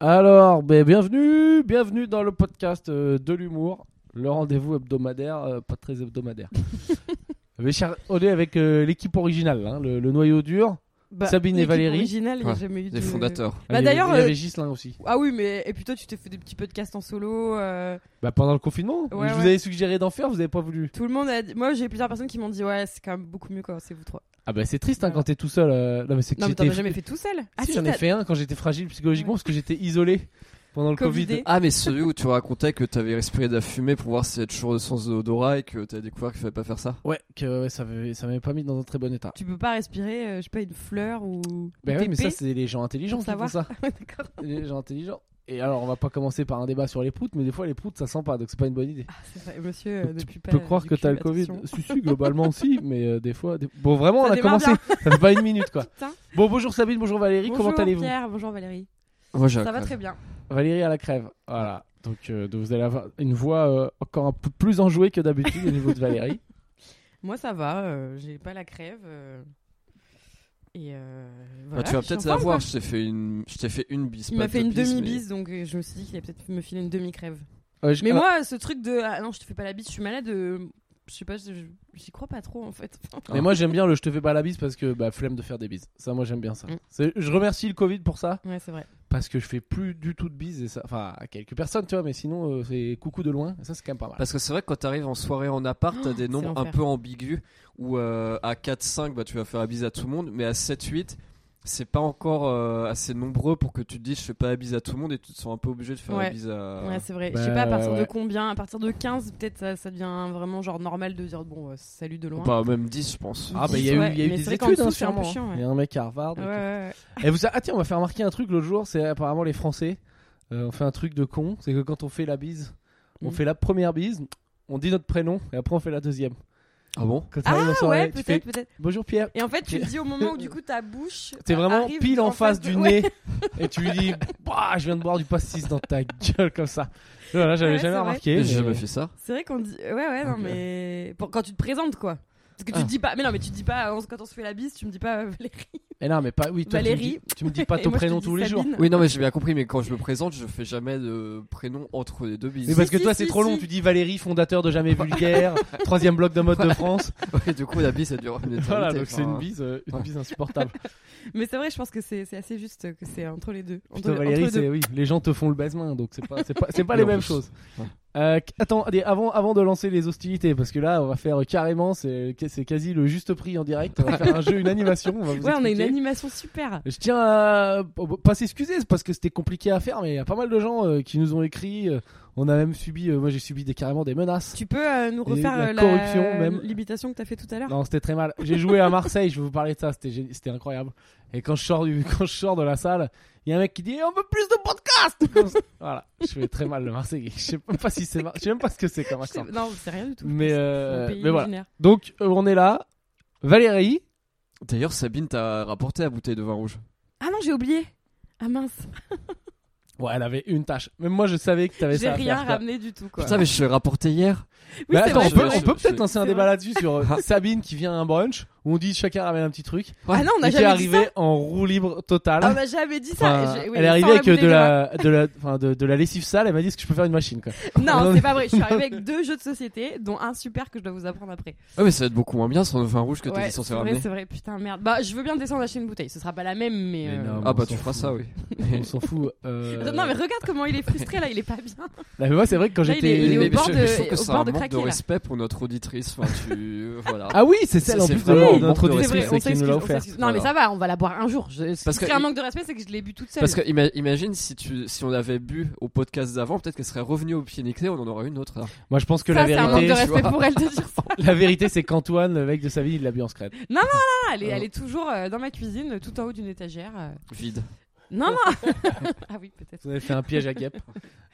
Alors, bienvenue dans le podcast de l'humour, le rendez-vous hebdomadaire, pas très hebdomadaire. On est avec l'équipe originale, hein, le noyau dur, Sabine et Valérie. Original, il y a jamais eu Les fondateurs. D'ailleurs, il y avait Ghislain aussi. Ah oui, mais et puis toi, tu t'es fait des petits podcasts en solo. Pendant le confinement, Ouais, je vous avais suggéré d'en faire, vous avez pas voulu. Tout le monde a dit... Moi, j'ai plusieurs personnes qui m'ont dit ouais, c'est quand même beaucoup mieux quand c'est vous trois. Ah bah c'est triste quand t'es tout seul. Non mais c'est que Non, mais t'en as jamais fait tout seul. Si, j'en ai fait un quand j'étais fragile psychologiquement parce que j'étais isolé pendant le Covid. Ah mais celui où tu racontais que t'avais respiré de la fumée pour voir si t'avais toujours le sens de l'odorat et que t'avais découvert qu'il fallait pas faire ça. Ouais, ça m'avait pas mis dans un très bon état. Tu peux pas respirer, je sais pas, une fleur ou. Bah oui, mais ça c'est les gens intelligents qui font ça. D'accord. Les gens intelligents. Et alors on va pas commencer par un débat sur les proutes, mais des fois les proutes ça sent pas, donc c'est pas une bonne idée. Ah c'est vrai, monsieur, depuis pas. Tu peux croire que t'as le Covid. Si, globalement aussi, mais des fois. Bon vraiment ça on a commencé, ça fait pas une minute quoi. Putain. Bon bonjour Sabine, bonjour Valérie, comment allez-vous? Bonjour Pierre, bonjour Valérie. Moi, ça va très bien. Valérie à la crève, voilà. Donc vous allez avoir une voix encore un peu plus enjouée que d'habitude au niveau de Valérie. Moi ça va, j'ai pas la crève. Et voilà, tu vas peut-être la voir, je t'ai fait une bise. Il m'a fait une demi-bise, donc je me suis dit qu'il allait peut-être me filer une demi-crève. Mais moi, ce truc de ah non, je te fais pas la bise, je suis malade, je sais pas, j'y crois pas trop en fait. Mais moi j'aime bien le je te fais pas la bise parce que flemme de faire des bises. Ça, moi j'aime bien ça. Je remercie le Covid pour ça. Ouais, c'est vrai. Parce que je fais plus du tout de bises et ça, enfin à quelques personnes, tu vois, mais sinon c'est coucou de loin. Et ça c'est quand même pas mal. Parce que c'est vrai que quand t'arrives en soirée en appart, t'as des nombres un peu ambigus où à 4-5 tu vas faire la bise à tout le monde, mais à 7-8 c'est pas encore assez nombreux pour que tu te dises je fais pas la bise à tout le monde et tu te sens un peu obligé de faire la bise à... Ouais, c'est vrai. Je sais pas à partir de combien, à partir de 15 peut-être ça devient vraiment genre normal de dire bon salut de loin. Bah même 10 je pense. Ah bah il y a eu des études sûrement. Il y a un mec à Harvard. Et tiens, on m'a fait remarquer un truc l'autre jour, c'est apparemment les Français on fait un truc de con, c'est que quand on fait la bise, on fait la première bise, on dit notre prénom et après on fait la deuxième. Ah bon? Ouais, peut-être. Bonjour Pierre. Et en fait, tu le dis au moment où du coup ta bouche. T'es vraiment pile en face du nez et tu lui dis je viens de boire du pastis dans ta gueule comme ça. Voilà, j'avais jamais remarqué. J'ai jamais fait ça. C'est vrai qu'on dit. Non, mais. Quand tu te présentes quoi. Parce que tu te dis pas. Mais non, mais tu te dis pas. Quand on se fait la bise, tu me dis pas Valérie. Et non, mais pas. Oui, toi, Valérie. Tu me dis pas ton prénom tous les jours. Oui, non, mais j'ai bien compris. Mais quand je me présente, je fais jamais de prénom entre les deux bises. Mais parce que toi, c'est trop long. Tu dis Valérie, fondateur de Jamais Vulgaire, 3e bloc de mode de France. Ouais, du coup, la bise, ça dure une éternité. Voilà, donc c'est une bise insupportable. Mais c'est vrai, je pense que c'est assez juste que c'est entre les deux. Putain, Valérie, oui, les gens te font le baise-main, donc c'est pas les mêmes choses. Attends, avant de lancer les hostilités, parce que là, on va faire carrément, c'est quasi le juste prix en direct. On va faire un jeu, une animation. On a une animation super. Je tiens à pas s'excuser, parce que c'était compliqué à faire, mais il y a pas mal de gens qui nous ont écrit. On a même subi, moi j'ai subi carrément des menaces. Tu peux nous refaire la corruption, même l'imitation que t'as fait tout à l'heure? Non, c'était très mal. J'ai joué à Marseille, je vais vous parler de ça, c'était incroyable. Et quand je sors de la salle, il y a un mec qui dit on veut plus de podcasts. Voilà, je fais très mal le Marseillais. Je sais même pas si c'est, je sais même pas ce que c'est comme accent. Non, c'est rien du tout. Mais voilà. Donc on est là. Valérie. D'ailleurs, Sabine t'a rapporté la bouteille de vin rouge. Ah non, j'ai oublié. Ah mince. Ouais, elle avait une tâche. Même moi, je savais que t'avais ça à faire. J'ai rien ramené du tout, quoi. Putain, mais je l'ai rapporté hier. Oui, attends, on peut peut-être lancer un débat là-dessus sur Sabine qui vient à un brunch où on dit chacun ramène un petit truc. Ah non, on a jamais dit ça. Qui est arrivée en roue libre totale. On a jamais dit ça. Elle est arrivée avec de la lessive sale. Elle m'a dit est-ce que je peux faire une machine quoi. Non, c'est pas vrai. Je suis arrivée avec 2 jeux de société, dont un super que je dois vous apprendre après. Ouais, mais ça va être beaucoup moins bien sur le vin rouge que t'es censé ramener. C'est vrai, putain, merde. Bah, je veux bien descendre acheter une bouteille. Ce sera pas la même, mais. Ah bah tu feras ça, oui. On s'en fout. Non, mais regarde comment il est frustré là. Il est pas bien. Mais moi, c'est vrai que quand j'étais. Il est au bord de craquer. De respect pour notre auditrice. Voilà. Ah oui, c'est celle en plus de notre auditrice qui nous l'a offert. Non mais ça va, on va la boire un jour. Parce que un manque de respect, c'est que je l'ai bu toute seule. Parce que imagine si on avait bu au podcast d'avant, peut-être qu'elle serait revenue au pied nickelé, on en aurait une autre. Là. Moi je pense que la vérité, c'est un manque de respect pour elle de dire ça. La vérité, c'est qu'Antoine, le mec de sa vie, il l'a bu en secret. Non, elle est toujours dans ma cuisine, tout en haut d'une étagère. Vide. Non. Ah oui, peut-être. Vous avez fait un piège à guêpe.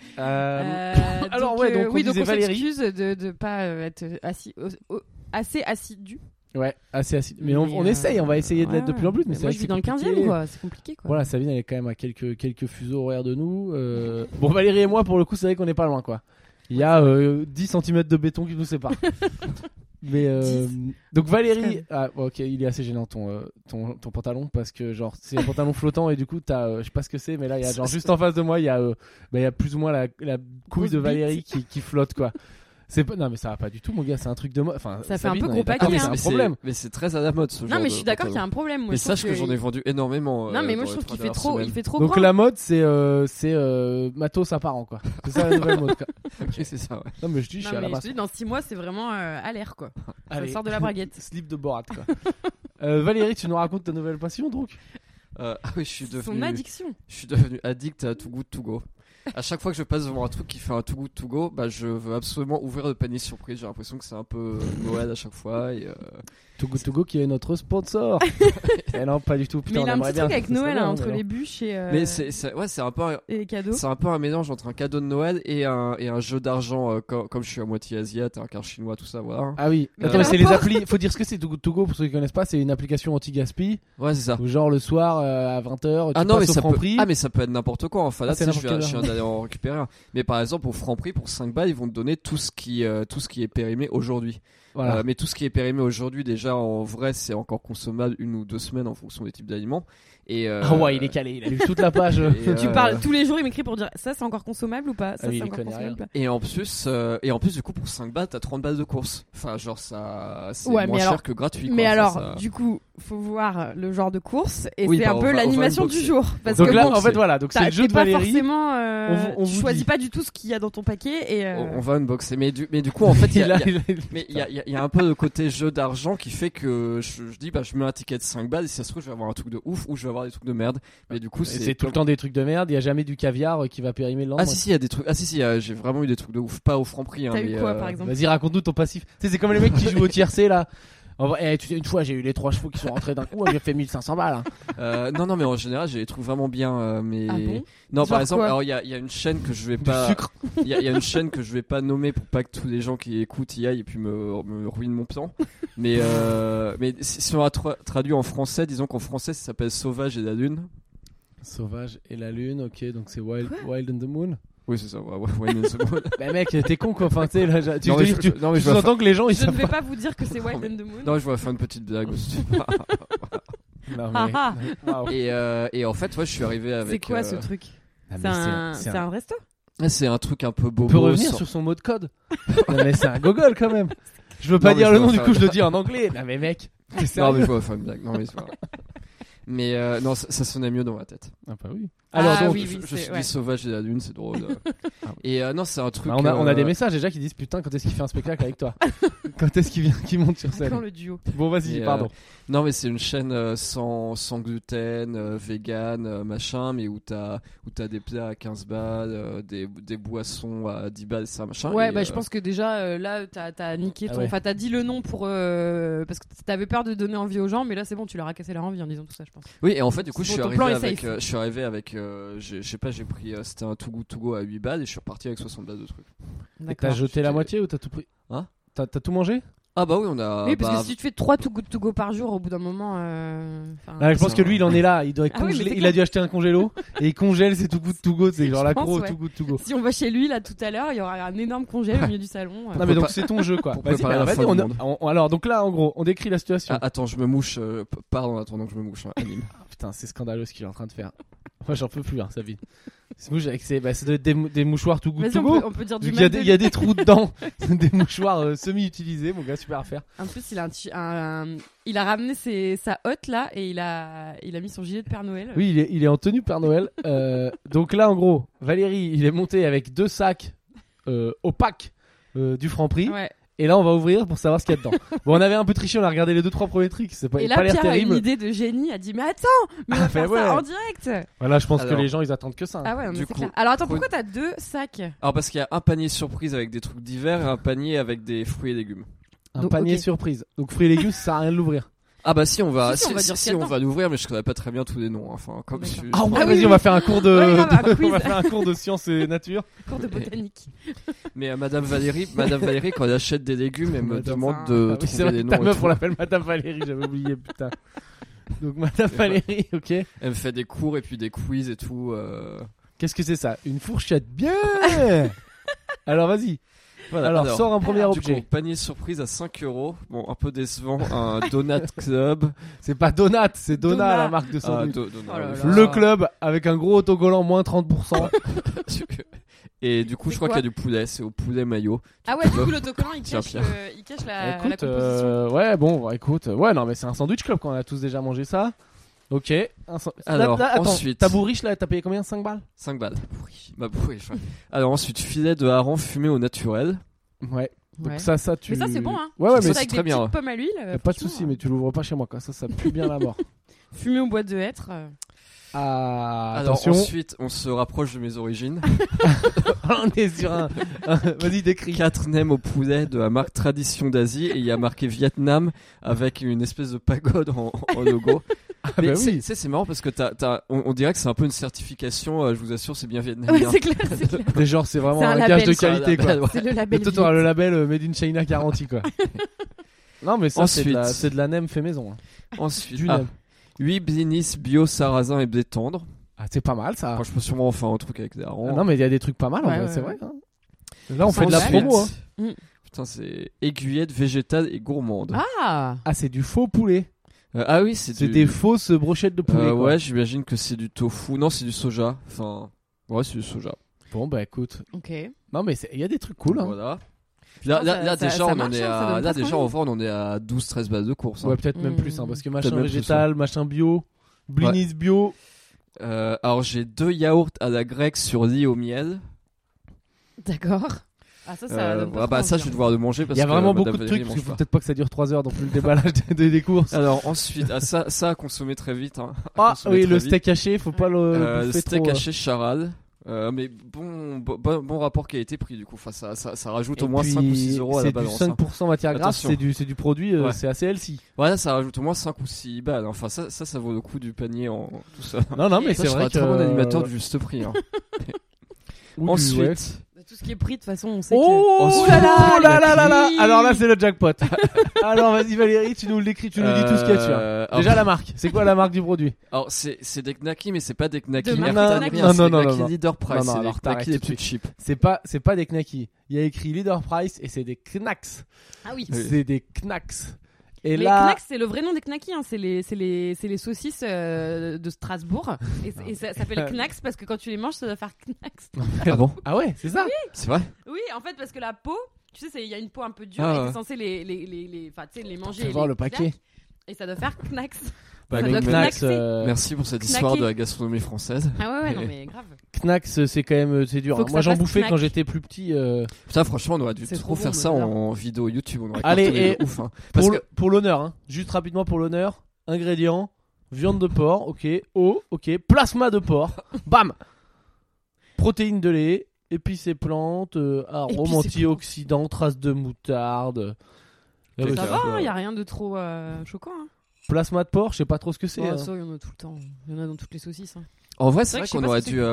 Alors donc on disait Valérie. S'excuse de pas être assez assidu. Ouais, assez assidu. Mais on essaye, on va essayer de l'être de plus en plus. Mais moi, je vis dans le 15e, quoi. C'est compliqué, quoi. Voilà, Sabine, elle est quand même à quelques fuseaux horaires de nous. Bon, Valérie et moi, pour le coup, c'est vrai qu'on est pas loin, quoi. Il y a 10 cm de béton qui nous séparent. Mais donc Valérie, ok, il est assez gênant ton pantalon parce que genre c'est un pantalon flottant et du coup t'as, je sais pas ce que c'est, mais là il y a genre juste en face de moi il y a plus ou moins la couille de Valérie qui flotte quoi. Non mais ça va pas du tout mon gars, c'est un truc de mode. Enfin, ça fait un peu gros paquet. C'est un problème. Mais c'est très à la mode ce genre. Non mais je suis d'accord qu'il y a un problème. Mais sache que j'en ai vendu énormément. Non mais moi je trouve qu'il fait trop Donc grand. la mode c'est matos apparent quoi. C'est ça la nouvelle mode quoi. Ok c'est ça ouais. Non mais je suis à la base. Dans 6 mois c'est vraiment à l'air quoi. Ça sort de la braguette. Slip de Borat quoi. Valérie, tu nous racontes ta nouvelle passion donc? Ah oui, je suis devenu. Son addiction. Je suis devenu addict à Too Good To Go. À chaque fois que je passe devant un truc qui fait un Too Good To Go, bah je veux absolument ouvrir le panier surprise. J'ai l'impression que c'est un peu Noël à chaque fois. Et Too Good To Go qui est notre sponsor. Non, pas du tout. Putain, mais il a un petit truc avec Noël entre les bûches et. Mais c'est un peu et les cadeaux. C'est un peu un mélange entre un cadeau de Noël et un jeu d'argent. Comme je suis à moitié asiate, un quart chinois, tout ça, voilà. Ah oui. Attends, mais c'est les applis. Faut dire ce que c'est Too Good To Go pour ceux qui connaissent pas. C'est une application anti-gaspi. Ouais, c'est ça. Où genre le soir à 20h. Ah non, mais ça peut. Ah mais ça peut être n'importe quoi. Enfin là, je viens d'aller en récupérer un. Mais par exemple, au Franprix, pour 5 balles, ils vont te donner tout ce qui est périmé aujourd'hui. Voilà. Mais tout ce qui est périmé aujourd'hui, déjà en vrai, c'est encore consommable 1 ou 2 semaines en fonction des types d'aliments. Ah ouais, il est calé, il a lu toute la page. Tu parles tous les jours, il m'écrit pour dire ça c'est encore consommable ou pas, ça oui, c'est encore consommable ou pas. Et en plus du coup pour 5 balles t'as 30 balles de course. Enfin genre ça c'est moins cher que gratuit. Mais quoi. alors ça... du coup faut voir le genre de course et oui, c'est un peu l'animation du jour. Parce donc que là bon, en fait voilà, donc c'est le jeu de Valérie. Forcément, tu choisis pas du tout ce qu'il y a dans ton paquet et. On va unboxer, mais du coup en fait il y a un peu le côté jeu d'argent qui fait que je dis bah je mets un ticket de 5 balles et si ça se trouve je vais avoir un truc de ouf ou je vais avoir des trucs de merde. Mais du coup c'est tout le temps des trucs de merde, il y a jamais du caviar qui va périmer le lendemain. Ah si il y a des trucs. Ah si j'ai vraiment eu des trucs de ouf, pas au Franprix. T'as eu quoi par exemple? Vas-y raconte-nous ton passif. Tu sais c'est comme les mecs qui jouent au tiercé là. Une fois j'ai eu les 3 chevaux qui sont rentrés d'un coup, j'ai fait 1500 balles. Non mais en général j'ai des trucs vraiment bien. Mais ah bon non genre par exemple, quoi alors il y a une chaîne que je vais pas. Il y a une chaîne que je vais pas nommer pour pas que tous les gens qui écoutent y aillent et puis me ruinent mon plan. Mais si on a traduit en français, disons qu'en français ça s'appelle Sauvage et la Lune. Sauvage et la Lune, ok, donc c'est Wild and the Moon. Oui, c'est ça, Wild and the Moon. Bah mec, t'es con quoi, enfin tu sais, là, tu entends que les gens ils savent. Je ne vais pas vous dire que c'est Wild and the Moon. Non, je vais faire une petite blague aussi. Non, mais... wow. Et en fait, je suis arrivé avec. C'est quoi ce truc? C'est un resto? C'est un truc un peu beau. On peut revenir sur son mot de code. Non, mais c'est un gogol quand même. Je veux pas dire le nom, du coup je le dis en anglais. Non mais mec. Non mais je vais faire une blague. Non mais c'est pas. Mais non, ça sonnait mieux dans ma tête. Ah bah oui. Alors donc, je suis dit Sauvage et la Lune, c'est drôle. Et non, c'est un truc. Bah, on a des messages déjà qui disent putain, quand est-ce qu'il fait un spectacle avec toi? Quand est-ce qu'il monte sur scène? Quand le duo. Bon vas-y, pardon. Non mais c'est une chaîne sans gluten, vegan, machin, mais où t'as des plats à 15 balles, des boissons à 10 balles, ça machin. Ouais, bah je pense que déjà là t'as niqué ton. Enfin t'as dit le nom pour parce que t'avais peur de donner envie aux gens, mais là c'est bon, tu leur as cassé leur envie en disant tout ça, je pense. Oui, et en fait du coup je suis arrivé avec je sais pas, j'ai pris c'était un Too Good To Go à 8 balles et je suis reparti avec 60 balles de trucs. Et t'as jeté la moitié ou t'as tout pris? Hein? T'as tout mangé? Ah bah oui, on a. Oui, parce que si tu fais 3 Too Good To Go par jour, au bout d'un moment. Je pense que lui, il en est là. Il doit congeler. Il a dû acheter un congélo et il congèle ses Too Good To Go. C'est genre l'accro Too Good To Go. Si on va chez lui là tout à l'heure, il y aura un énorme congèle au milieu du salon. Non mais donc c'est ton jeu quoi. Vas-y, alors donc là en gros, on décrit la situation. Ah, attends, je me mouche. Pardon, attendant que je me mouche. Anime. Putain, c'est scandaleux ce qu'il est en train de faire. Moi j'en peux plus Sabine. C'est mouche avec ça doit être des mouchoirs Too Good To Go. On peut dire du il y a des trous dedans, des mouchoirs semi-utilisés, mon gars, super à faire. En plus, il a ramené sa hotte là et il a mis son gilet de Père Noël. Oui, il est en tenue Père Noël. Donc là, en gros, Valérie, il est monté avec 2 sacs opaques du Franprix. Ouais. Et là, on va ouvrir pour savoir ce qu'il y a dedans. Bon, on avait un peu triché, on a regardé les 2-3 premiers trucs. C'est pas, et là, pas l'air Pierre terrible. a une idée de génie, a dit mais attends, on va faire ça en direct. Voilà, je pense que les gens ils attendent que ça. Ah ouais, c'est clair. Alors attends, pourquoi t'as 2 sacs? Alors parce qu'il y a un panier surprise avec des trucs d'hiver et un panier avec des fruits et légumes. Un panier surprise. Donc fruits et légumes, ça sert à rien de l'ouvrir. Ah bah si on va on va l'ouvrir, mais je connais pas très bien tous les noms. Enfin comme vas-y, on va faire un cours on va faire un cours de sciences et nature. Cours de botanique. Mais Madame Valérie, quand elle achète des légumes, elle me demande de trouver des noms. Ta meuf, on l'appelle Madame Valérie, j'avais oublié, putain. Donc Madame Valérie, ok. Elle me fait des cours et puis des quiz et tout. Qu'est-ce que c'est ça? Une fourchette, bien. Alors vas-y. Voilà, alors sors un premier objet. Du coup, panier surprise à 5€. Bon, un peu décevant, un Donut Club. C'est pas Donut, c'est Donat, la marque de sandwich. Le club avec un gros autocollant moins 30%. Et du coup, je crois qu'il y a du poulet, c'est au poulet maillot. Ah ouais, du coup, l'autocollant il cache la composition. Ouais, bon, écoute, ouais, non, mais c'est un sandwich club quand on a tous déjà mangé ça. Ok. Alors, attends, ensuite. Ta bourriche là, t'as payé combien? 5 balles? 5 balles. Ma bourriche, ouais. Alors, ensuite, filet de hareng fumé au naturel. Ouais. Donc ça, tu. Mais ça, c'est bon, hein. Ouais, mais c'est avec très des bien. petites pommes à l'huile. Pas de soucis, mais tu l'ouvres pas chez moi, quoi. Ça pue bien la mort. Fumé au bois de hêtre. Alors attention. Ensuite, on se rapproche de mes origines. On est sur un... Vas-y, décris. 4 nems au poulet de la marque Tradition d'Asie et il y a marqué Vietnam avec une espèce de pagode en logo. Mais oui. C'est marrant parce que on dirait que c'est un peu une certification. Je vous assure, c'est bien vietnamien. Oui, c'est clair. Mais genre, c'est vraiment un gage de qualité, quoi. C'est le label. Toi, t'auras le label Made in China garanti, quoi. Non, mais ça, c'est de la nem fait maison. Ensuite, 8 blinis bio sarrasin et blé tendre. Ah, c'est pas mal ça. Enfin, je peux sûrement en faire un truc avec des harengs. Non, mais il y a des trucs pas mal, en vrai, c'est vrai. Hein. Là, on fait de la promo. Hein. Putain, c'est aiguillette végétale et gourmande. Ah, c'est du faux poulet. Ah oui, c'est des fausses brochettes de poulet. Ouais, j'imagine que c'est du tofu. Non, c'est du soja. Enfin, ouais, c'est du soja. Bon, bah écoute. Ok. Non, mais il y a des trucs cool. Hein. Voilà. Là, déjà, on en est à. Là, déjà, on en est à 12-13 balles de course. Ouais, peut-être même plus, hein, parce que machin végétal, machin bio, blinis bio. Alors, j'ai 2 yaourts à la grecque sur lit au miel. D'accord. Ah, ça je vais devoir le manger parce que. Il y a vraiment beaucoup de trucs, parce qu'il faut peut-être pas que ça dure 3 heures dans tout le déballage des courses. Alors, ensuite, ça à consommer très vite. Hein. Oui, le steak haché, faut pas le. Steak haché charal. Mais bon rapport qualité-prix du coup. Enfin, ça rajoute au moins 5 ou 6 euros à la balance. C'est du 5% matière grasse, c'est du produit, c'est assez healthy. Ouais, ça rajoute au moins 5 ou 6 balles. Enfin, ça vaut le coup du panier en tout ça. Non, mais c'est vrai que. C'est un très bon animateur du juste prix. Hein. Ensuite. Tout ce qui est pris, de toute façon, on sait oh là. Alors là, c'est le jackpot. Alors vas-y Valérie, tu nous l'écris, tu nous dis tout ce qu'il y a dessus. Déjà la marque. C'est quoi la marque du produit? Alors c'est des Knacky, mais c'est pas des Knacky. Non. Knacky Leader Price. Non, c'est alors des Knacky les plus cheap. C'est pas des Knacky. Il y a écrit Leader Price et c'est des Knacks. Ah oui. C'est des Knacks. Et les Knacks, c'est le vrai nom des Knacky, hein. c'est les saucisses de Strasbourg. Et ça s'appelle Knacks parce que quand tu les manges, ça doit faire Knacks. Ah bon? Ah ouais, c'est ça? Oui. C'est vrai? Oui, en fait, parce que la peau, tu sais, il y a une peau un peu dure et t'es censé les manger. Fais voir le paquet. Et ça doit faire Knacks. Merci pour cette histoire de la gastronomie française. Ah ouais, non mais grave. Knacks, c'est quand même c'est dur. Moi j'en bouffais quand j'étais plus petit. Putain, franchement, on aurait dû trop faire ça en vidéo YouTube. On aurait allez, ouf. Hein. Pour l'honneur, hein. Juste rapidement pour l'honneur. Ingrédients: viande de porc, ok. Eau, ok. Plasma de porc, bam. Protéines de lait, épices et plantes, arômes antioxydants, traces de moutarde. Ça va, il y a rien de trop choquant. Hein. Plasma de porc, je sais pas trop ce que c'est. Ça, il y en a tout le temps. Il y en a dans toutes les saucisses. Hein. En vrai, c'est vrai qu'on aurait dû,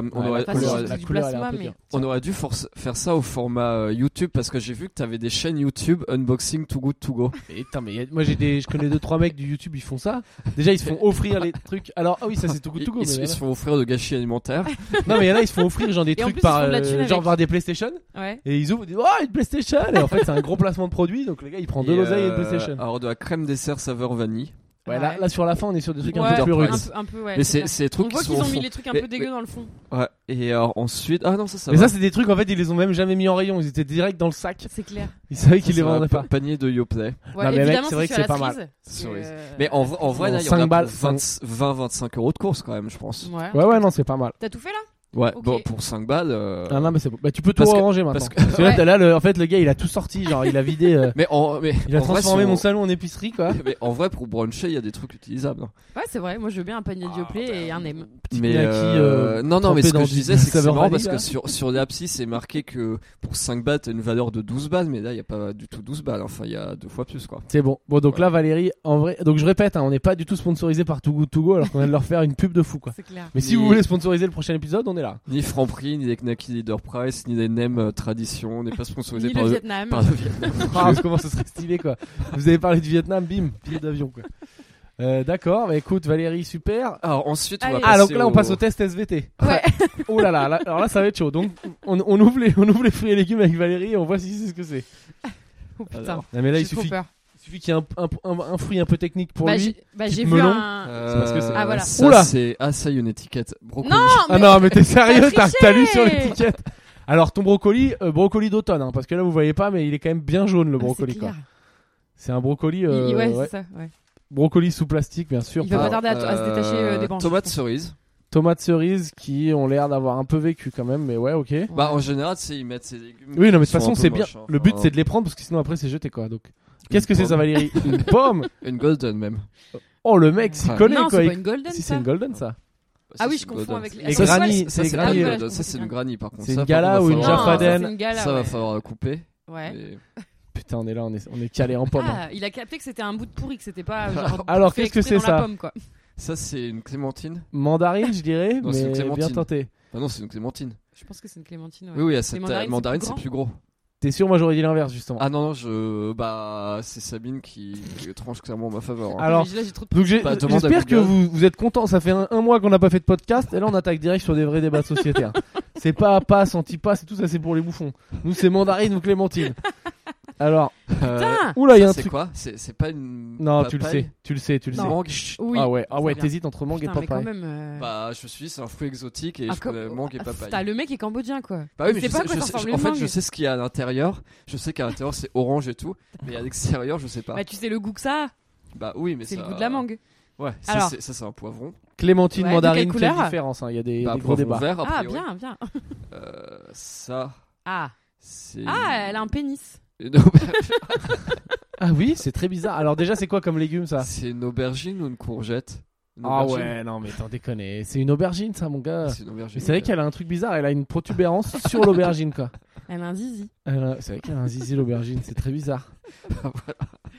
on aurait dû faire ça au format YouTube parce que j'ai vu que t'avais des chaînes YouTube unboxing Too Good To Go. Mais moi je connais 2-3 mecs du YouTube, ils font ça. Déjà ils se font offrir les trucs. Alors oui, ça c'est Too Good To Go. Ils se font offrir de gâchis alimentaires. Non mais là ils se font offrir genre des trucs par genre voir des PlayStation. Ouais. Et ils ouvrent, ils disent une PlayStation. Et en fait c'est un gros placement de produit. Donc le gars il prend de l'oseille et une PlayStation. Alors de la crème dessert saveur vanille. Ouais, là sur la fin on est sur des trucs un peu plus rudes. Un peu, ouais. Mais c'est des trucs on voit qu'ils ont mis les trucs un peu dégueux dans le fond. Ouais. Et alors ensuite, ça. Mais ça c'est des trucs en fait ils les ont même jamais mis en rayon, ils étaient direct dans le sac. C'est clair. Ils savaient qu'ils les vendraient pas. Panier de Yoplait. Ouais, non, mais évidemment, mec, c'est vrai que c'est pas mal. Mais en vrai là il y en a 20-25 euros de course quand même, je pense. Ouais, non, c'est pas mal. T'as tout fait là? Ouais, bon, pour 5 balles. Ah non, mais c'est bon. Bah, tu peux tout ranger maintenant. Parce que là, en fait, le gars, il a tout sorti. Genre, il a vidé. Il a transformé mon salon en épicerie, quoi. Mais en vrai, pour bruncher, il y a des trucs utilisables. Ouais, c'est vrai. Moi, je veux bien un panier de Yoplait et un M. Mais non, mais ce que je disais, c'est que c'est marrant parce que sur l'Apsi, c'est marqué que pour 5 balles, t'as une valeur de 12 balles. Mais là, il n'y a pas du tout 12 balles. Enfin, il y a 2 fois plus, quoi. C'est bon. Bon, donc là, Valérie, en vrai. Donc, je répète, on n'est pas du tout sponsorisé par Too Good To Go alors qu'on vient de leur faire une pub de fou, quoi. C'est clair. Mais si vous voulez sponsoriser le prochain épisode, on est là. Ni Franprix, ni les Knacky Leader Price, ni les NEM Tradition, on n'est pas sponsorisé par le Vietnam. Par le Vietnam. Comment ce serait stylé, quoi. Vous avez parlé du Vietnam, bim, billet d'avion, quoi. D'accord, bah écoute Valérie, super. Alors ensuite, on va passer donc là on passe au test SVT. Ouais. Oh là là, alors là ça va être chaud. Donc on ouvre les fruits et légumes avec Valérie et on voit si c'est ce que c'est. Oh putain. Non mais là il suffit qu'il y ait un fruit un peu technique pour lui. J'ai vu un. C'est parce que c'est. Ah voilà. Ça y a une étiquette. Brocoli. Non, mais t'es sérieux, t'as lu sur l'étiquette. Alors ton brocoli d'automne, hein, parce que là vous voyez pas, mais il est quand même bien jaune le brocoli quoi. C'est un brocoli. Ouais, c'est ça. Ouais. Brocoli sous plastique, bien sûr. Il va pas tarder à se détacher des branches. Tomates cerises qui ont l'air d'avoir un peu vécu quand même, mais ouais, ok. Bah en général, ils mettent ces légumes. Oui, non, mais de toute façon, c'est bien. Le but, c'est de les prendre parce que sinon après, c'est jeté quoi. Donc, qu'est-ce que c'est ça, Valérie? Une pomme? Une golden même. Oh, le mec s'y connaît non, quoi. C'est pas une golden. Si c'est une golden, ça. Ah oui, je confonds avec les granny. Ça, c'est une granny par contre. C'est une gala ou une jaffaden? Ça va falloir couper. Ouais. Putain, on est là, on est calé en pomme. Ah, il a capté que c'était un bout de pourri, que c'était pas genre. Alors, qu'est-ce que c'est ça? Ça, c'est une clémentine. Mandarine, je dirais, non, mais bien tenté. Ah non, c'est une clémentine. Je pense que c'est une clémentine. Ouais. Oui, mandarine, c'est plus gros. T'es sûr? Moi, j'aurais dit l'inverse, justement. Ah non, c'est Sabine qui tranche clairement en ma faveur. Hein. Alors, là, j'ai trop donc j'espère que vous êtes contents. Ça fait un mois qu'on n'a pas fait de podcast, et là, on attaque direct sur des vrais débats sociétaires. C'est pas passe, anti-passe, et tout ça, c'est pour les bouffons. Nous, c'est mandarine ou clémentine. Alors, oula, il y a un truc. C'est quoi? C'est pas une. Non, papaye. tu le sais. Mangue. Oui, ah ouais, t'hésites entre mangue et papaye. Bah, c'est un fruit exotique et je connais mangue et papaye. Putain, le mec est cambodgien quoi. Bah oui, mais en fait, je sais ce qu'il y a à l'intérieur. Je sais qu'à l'intérieur c'est orange et tout, mais à l'extérieur, je sais pas. Bah, tu sais le goût que ça a. Bah oui, mais c'est le goût de la mangue. Ouais, ça c'est un poivron. Clémentine, mandarine, quelle différence? Il y a des gros débats. Vert, ah bien. Ça. Ah, elle a un pénis. Ah oui, c'est très bizarre. Alors déjà, c'est quoi comme légume ça? C'est une aubergine ou une courgette? Ah ouais, non mais t'en déconnes. C'est une aubergine ça, mon gars. C'est une aubergine. C'est vrai qu'elle a un truc bizarre. Elle a une protubérance sur l'aubergine quoi. Elle a un zizi. C'est vrai qu'elle a un zizi l'aubergine. C'est très bizarre. Voilà.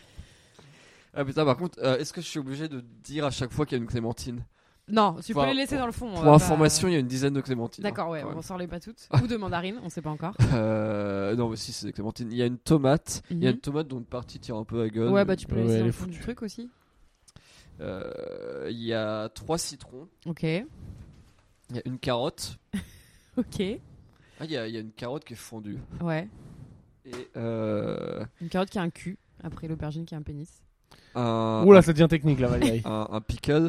Ah putain, par contre, est-ce que je suis obligé de dire à chaque fois qu'il y a une clémentine? Non, tu peux les laisser dans le fond. Pour information, il y a une dizaine de clémentines. D'accord, ouais, on sort les pas toutes. Ou de mandarines, on sait pas encore. Non, mais si, c'est des clémentines. Il y a une tomate. Il y a une tomate dont une partie tire un peu à gueule. Ouais, bah tu peux laisser dans le fond du truc aussi. Il y a 3 citrons. Ok. Il y a une carotte. Ok. Ah, il y a une carotte qui est fondue. Ouais. Et une carotte qui a un cul, après l'aubergine qui a un pénis. Oula, ça devient technique là, Valérie. Un pickle.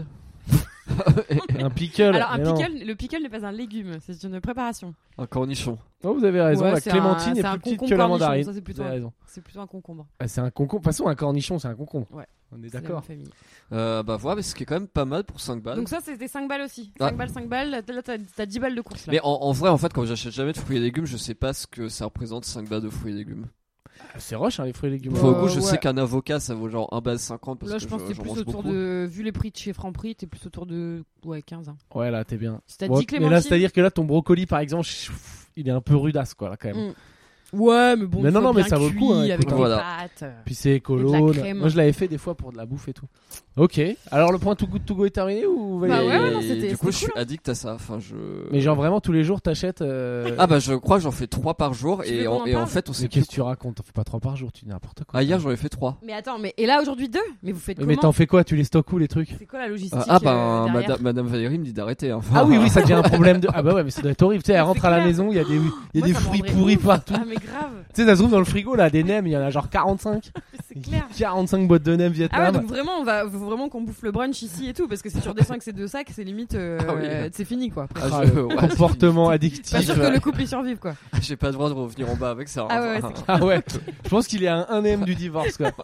Un pickle. Alors le pickle n'est pas un légume, c'est une préparation. Un cornichon. Oh, vous avez raison, la clémentine est plus petite que la mandarine. Ça, c'est plutôt un concombre. C'est un concombre. De toute façon, un cornichon, c'est un concombre. Ouais. On est d'accord. Bah voilà, ce qui est quand même pas mal pour 5 balles. Donc ça, c'était 5 balles aussi. 5 balles. Là, t'as 10 balles de course. Là. Mais en vrai, en fait, quand j'achète jamais de fruits et légumes, je sais pas ce que ça représente 5 balles de fruits et légumes. C'est roche, hein, les fruits et légumes. Pour le coup, je sais qu'un avocat, ça vaut genre 1,50 $. Là, je pense que t'es plus autour de. Vu les prix de chez Franprix, t'es plus autour de. Ouais, 15. Hein. Ouais, là, t'es bien. Si t'as dit clémentine. Mais là, c'est-à-dire que là, ton brocoli, par exemple, il est un peu rudasse, quoi, là, quand même. Ouais, mais bon, mais ça vaut le coup, hein, avec des pâtes. Puis c'est écolo. Moi, je l'avais fait des fois pour de la bouffe et tout. Ok. Alors, le point Too Good To Go est terminé ou Bah ouais, non, c'était. Du coup, je suis addict à ça. Enfin, Mais genre vraiment tous les jours, t'achètes. Ah bah, je crois que j'en fais 3 par jour et en fait, on sait. Mais qu'est-ce que tu racontes? T'en fais pas 3 par jour, tu dis n'importe quoi. Ah, hier, j'en ai fait 3. Mais attends, et là aujourd'hui 2? Mais vous faites comment? Mais t'en fais quoi? Tu les stockes où les trucs? C'est quoi la logistique? Ah bah, Madame Valérie me dit d'arrêter. Ah oui, ça devient un problème de. Ah bah ouais, mais ça doit être horrible. Tu sais, elle rentre à la maison, il y a des fruits pourris partout. Ah mais grave. Tu sais, ça se trouve dans le frigo là, des nems, il y en a genre 45. C'est clair. 45 boîtes de nems Vietnam. Ah ouais, donc vraiment, faut vraiment qu'on bouffe le brunch ici et tout, parce que si tu redescends avec ces 2 sacs, c'est limite, c'est fini quoi. Comportement addictif. Pas sûr que le couple y survive quoi. J'ai pas le droit de revenir en bas avec ça. Ah ouais. Je pense qu'il est à un M du divorce quoi.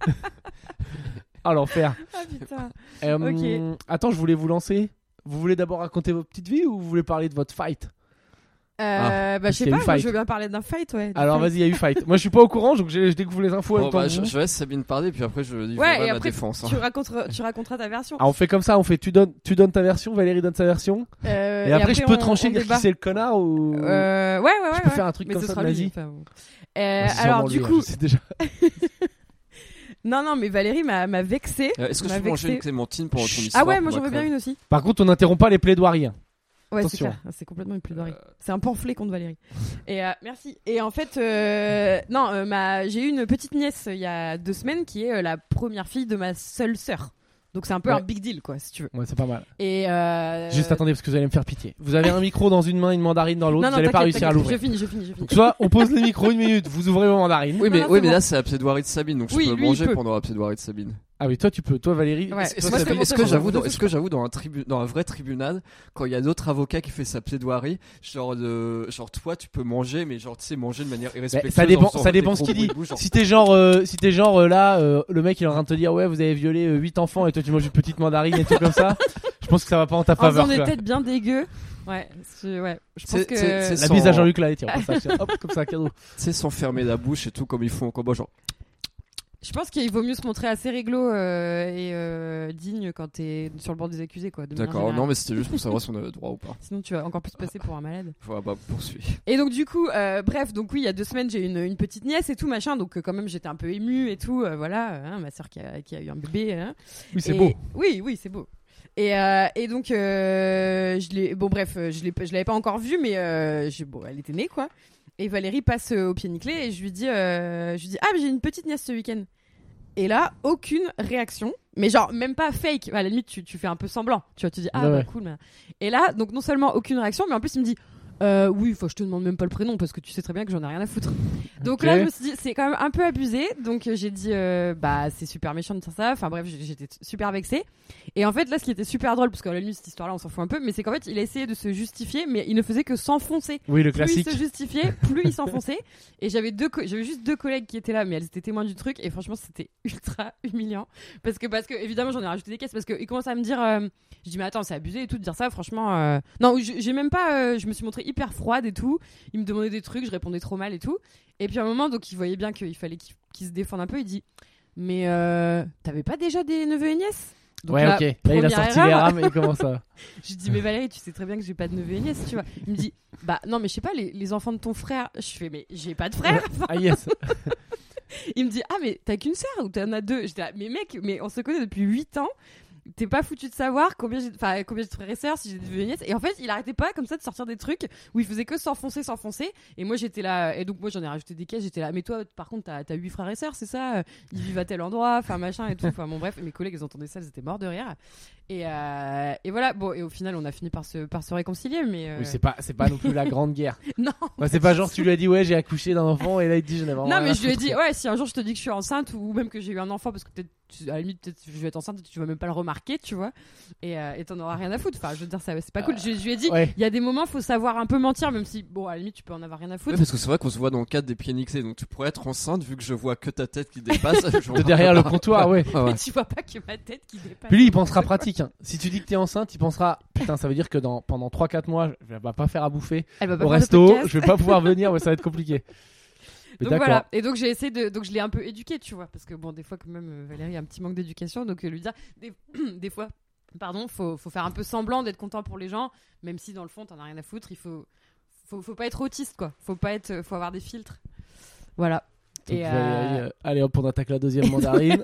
Ah l'enfer. Ah putain. Ok. Attends, je voulais vous lancer. Vous voulez d'abord raconter votre petite vie ou vous voulez parler de votre fight? Bah je sais pas, moi, je veux bien parler d'un fight, ouais. Alors vas-y, il y a eu fight. Moi je suis pas au courant, donc je découvre les infos. Je laisse Sabine parler, puis après je livrerai ma défense. Tu raconteras ta version. Ah, on fait comme ça, tu donnes ta version, Valérie donne sa version. Et après je peux trancher, dire qui c'est le connard ou. Ouais. Je peux faire un truc comme ça, vas-y. Alors du coup. C'est déjà. Non, mais Valérie m'a vexée. Est-ce que je peux manger une clémentine pour ton histoire? Ah ouais, moi j'en veux bien une aussi. Par contre, on n'interrompt pas les plaidoiries. Ouais, c'est clair. C'est complètement une plaidoirie. C'est un pamphlet contre Valérie. Et merci. Et en fait, j'ai eu une petite nièce il y a 2 semaines qui est la première fille de ma seule sœur. Donc c'est un peu un big deal, quoi, si tu veux. Ouais, c'est pas mal. Et juste attendez, parce que vous allez me faire pitié. Vous avez un micro dans une main, une mandarine dans l'autre, vous allez pas réussir à l'ouvrir. Je finis. Donc soit on pose le micro 1 minute, vous ouvrez vos mandarines. Oui, mais là c'est la plaidoirie de Sabine, donc je peux manger pendant la plaidoirie de Sabine. Ah oui, toi tu peux, toi Valérie. Ouais. Est-ce que j'avoue dans un vrai tribunal, quand il y a d'autres avocats qui fait sa plaidoirie, genre toi tu peux manger, mais genre tu sais manger de manière irrespectueuse. Ça dépend ce qu'il dit. Si t'es genre là, le mec il est en train de te dire ouais vous avez violé 8 enfants et toi tu manges une petite mandarine et tout comme ça, je pense que ça va pas en ta faveur. On est peut-être bien dégueu. Ouais. Je pense que la bise à Jean-Luc là, tiens, hop comme ça cadeau. C'est sans fermer la bouche et tout comme ils font en combat genre. Je pense qu'il vaut mieux se montrer assez réglo et digne quand t'es sur le bord des accusés, quoi. D'accord, non mais c'était juste pour savoir si on avait droit ou pas. Sinon tu vas encore plus passer pour un malade. Voilà, bah poursuis. Et donc du coup, bref, donc oui, il y a 2 semaines j'ai une petite nièce et tout machin, donc quand même j'étais un peu émue et tout, voilà, ma soeur qui a eu un bébé. Oui c'est beau. Oui c'est beau. Et donc je l'avais pas encore vue, mais elle était née quoi. Et Valérie passe au pied nickelé et je lui dis ah mais j'ai une petite nièce ce week-end. Et là aucune réaction, mais genre même pas fake. À la limite tu fais un peu semblant, tu vois, tu dis bah cool. Mais... Et là donc non seulement aucune réaction, mais en plus il me dit oui, je te demande même pas le prénom parce que tu sais très bien que j'en ai rien à foutre. Donc là, je me suis dit, c'est quand même un peu abusé. Donc j'ai dit, c'est super méchant de dire ça. Enfin bref, j'étais super vexée. Et en fait, là, ce qui était super drôle, parce qu'à la limite, cette histoire-là, on s'en fout un peu, mais c'est qu'en fait, il a essayé de se justifier, mais il ne faisait que s'enfoncer. Oui, le classique. Plus il se justifiait, plus il s'enfonçait. Et j'avais juste 2 collègues qui étaient là, mais elles étaient témoins du truc. Et franchement, c'était ultra humiliant. Parce que évidemment, j'en ai rajouté des caisses, parce qu'il commence à me dire, je dis, mais attends, c'est abusé et tout de dire ça, franchement. Non, j'ai même pas, je me suis montrée hyper froide et tout. Il me demandait des trucs, je répondais trop mal et tout. Et puis à un moment, donc il voyait bien qu'il fallait qu'il se défende un peu. Il dit, mais t'avais pas déjà des neveux et nièces? Donc ouais, ok. Là, il a sorti les rames et comment ça? Je lui dis, mais Valérie, tu sais très bien que j'ai pas de neveux et nièces, tu vois. Il me dit, bah non, mais je sais pas, les enfants de ton frère. Je fais, mais j'ai pas de frère. Ah yes. Il me dit, ah, mais t'as qu'une sœur ou t'en as 2? J'étais là, mais mec, mais on se connaît depuis 8 ans. T'es pas foutu de savoir combien j'ai de frères et sœurs, si j'ai des neveux et nièces. Et en fait, il arrêtait pas comme ça de sortir des trucs où il faisait que s'enfoncer. Et moi, j'étais là. Et donc, moi, j'en ai rajouté des caisses. J'étais là. Mais toi, par contre, t'as 8 frères et sœurs, c'est ça? Ils vivent à tel endroit, enfin, machin et tout. Enfin, bon, bref. Mes collègues, ils entendaient ça, ils étaient morts de rire. Et voilà. Bon, et au final, on a fini par se réconcilier. Mais oui, c'est pas non plus la grande guerre. Non. Ouais, c'est pas genre, tu lui as dit, ouais, j'ai accouché d'un enfant. Et là, il te dit, j'en ai vraiment. Non, mais je lui ai dit, ouais, si un jour je te dis que je suis enceinte ou même que j'ai eu un enfant, parce que peut-être, à la limite, peut-être je vais être enceinte, tu vas même pas le remarquer, tu vois. Et t'en auras rien à foutre. Enfin, je veux dire, c'est pas cool. Je lui ai dit, il y a des moments, faut savoir un peu mentir, même si, bon, à la limite, tu peux en avoir rien à foutre. Ouais, parce que c'est vrai qu'on se voit dans le cadre des pieds nixés, donc tu pourrais être enceinte vu que je vois que ta tête qui dépasse. De derrière le comptoir, ouais. Mais tu vois pas que ma tête qui dépasse. Puis lui, il pensera pratique. Hein. Si tu dis que t'es enceinte, il pensera, putain, ça veut dire que pendant 3-4 mois, je vais pas faire à bouffer au resto, je vais pas pouvoir venir, mais ça va être compliquté. Donc voilà, et donc j'ai essayé donc je l'ai un peu éduqué, tu vois, parce que bon, des fois quand même Valérie a un petit manque d'éducation, donc lui dire des fois, pardon, faut faire un peu semblant d'être content pour les gens, même si dans le fond t'en as rien à foutre. Il faut pas être autiste, quoi. Faut avoir des filtres. Voilà. Donc, et Valérie, allez hop, on attaque la deuxième mandarine.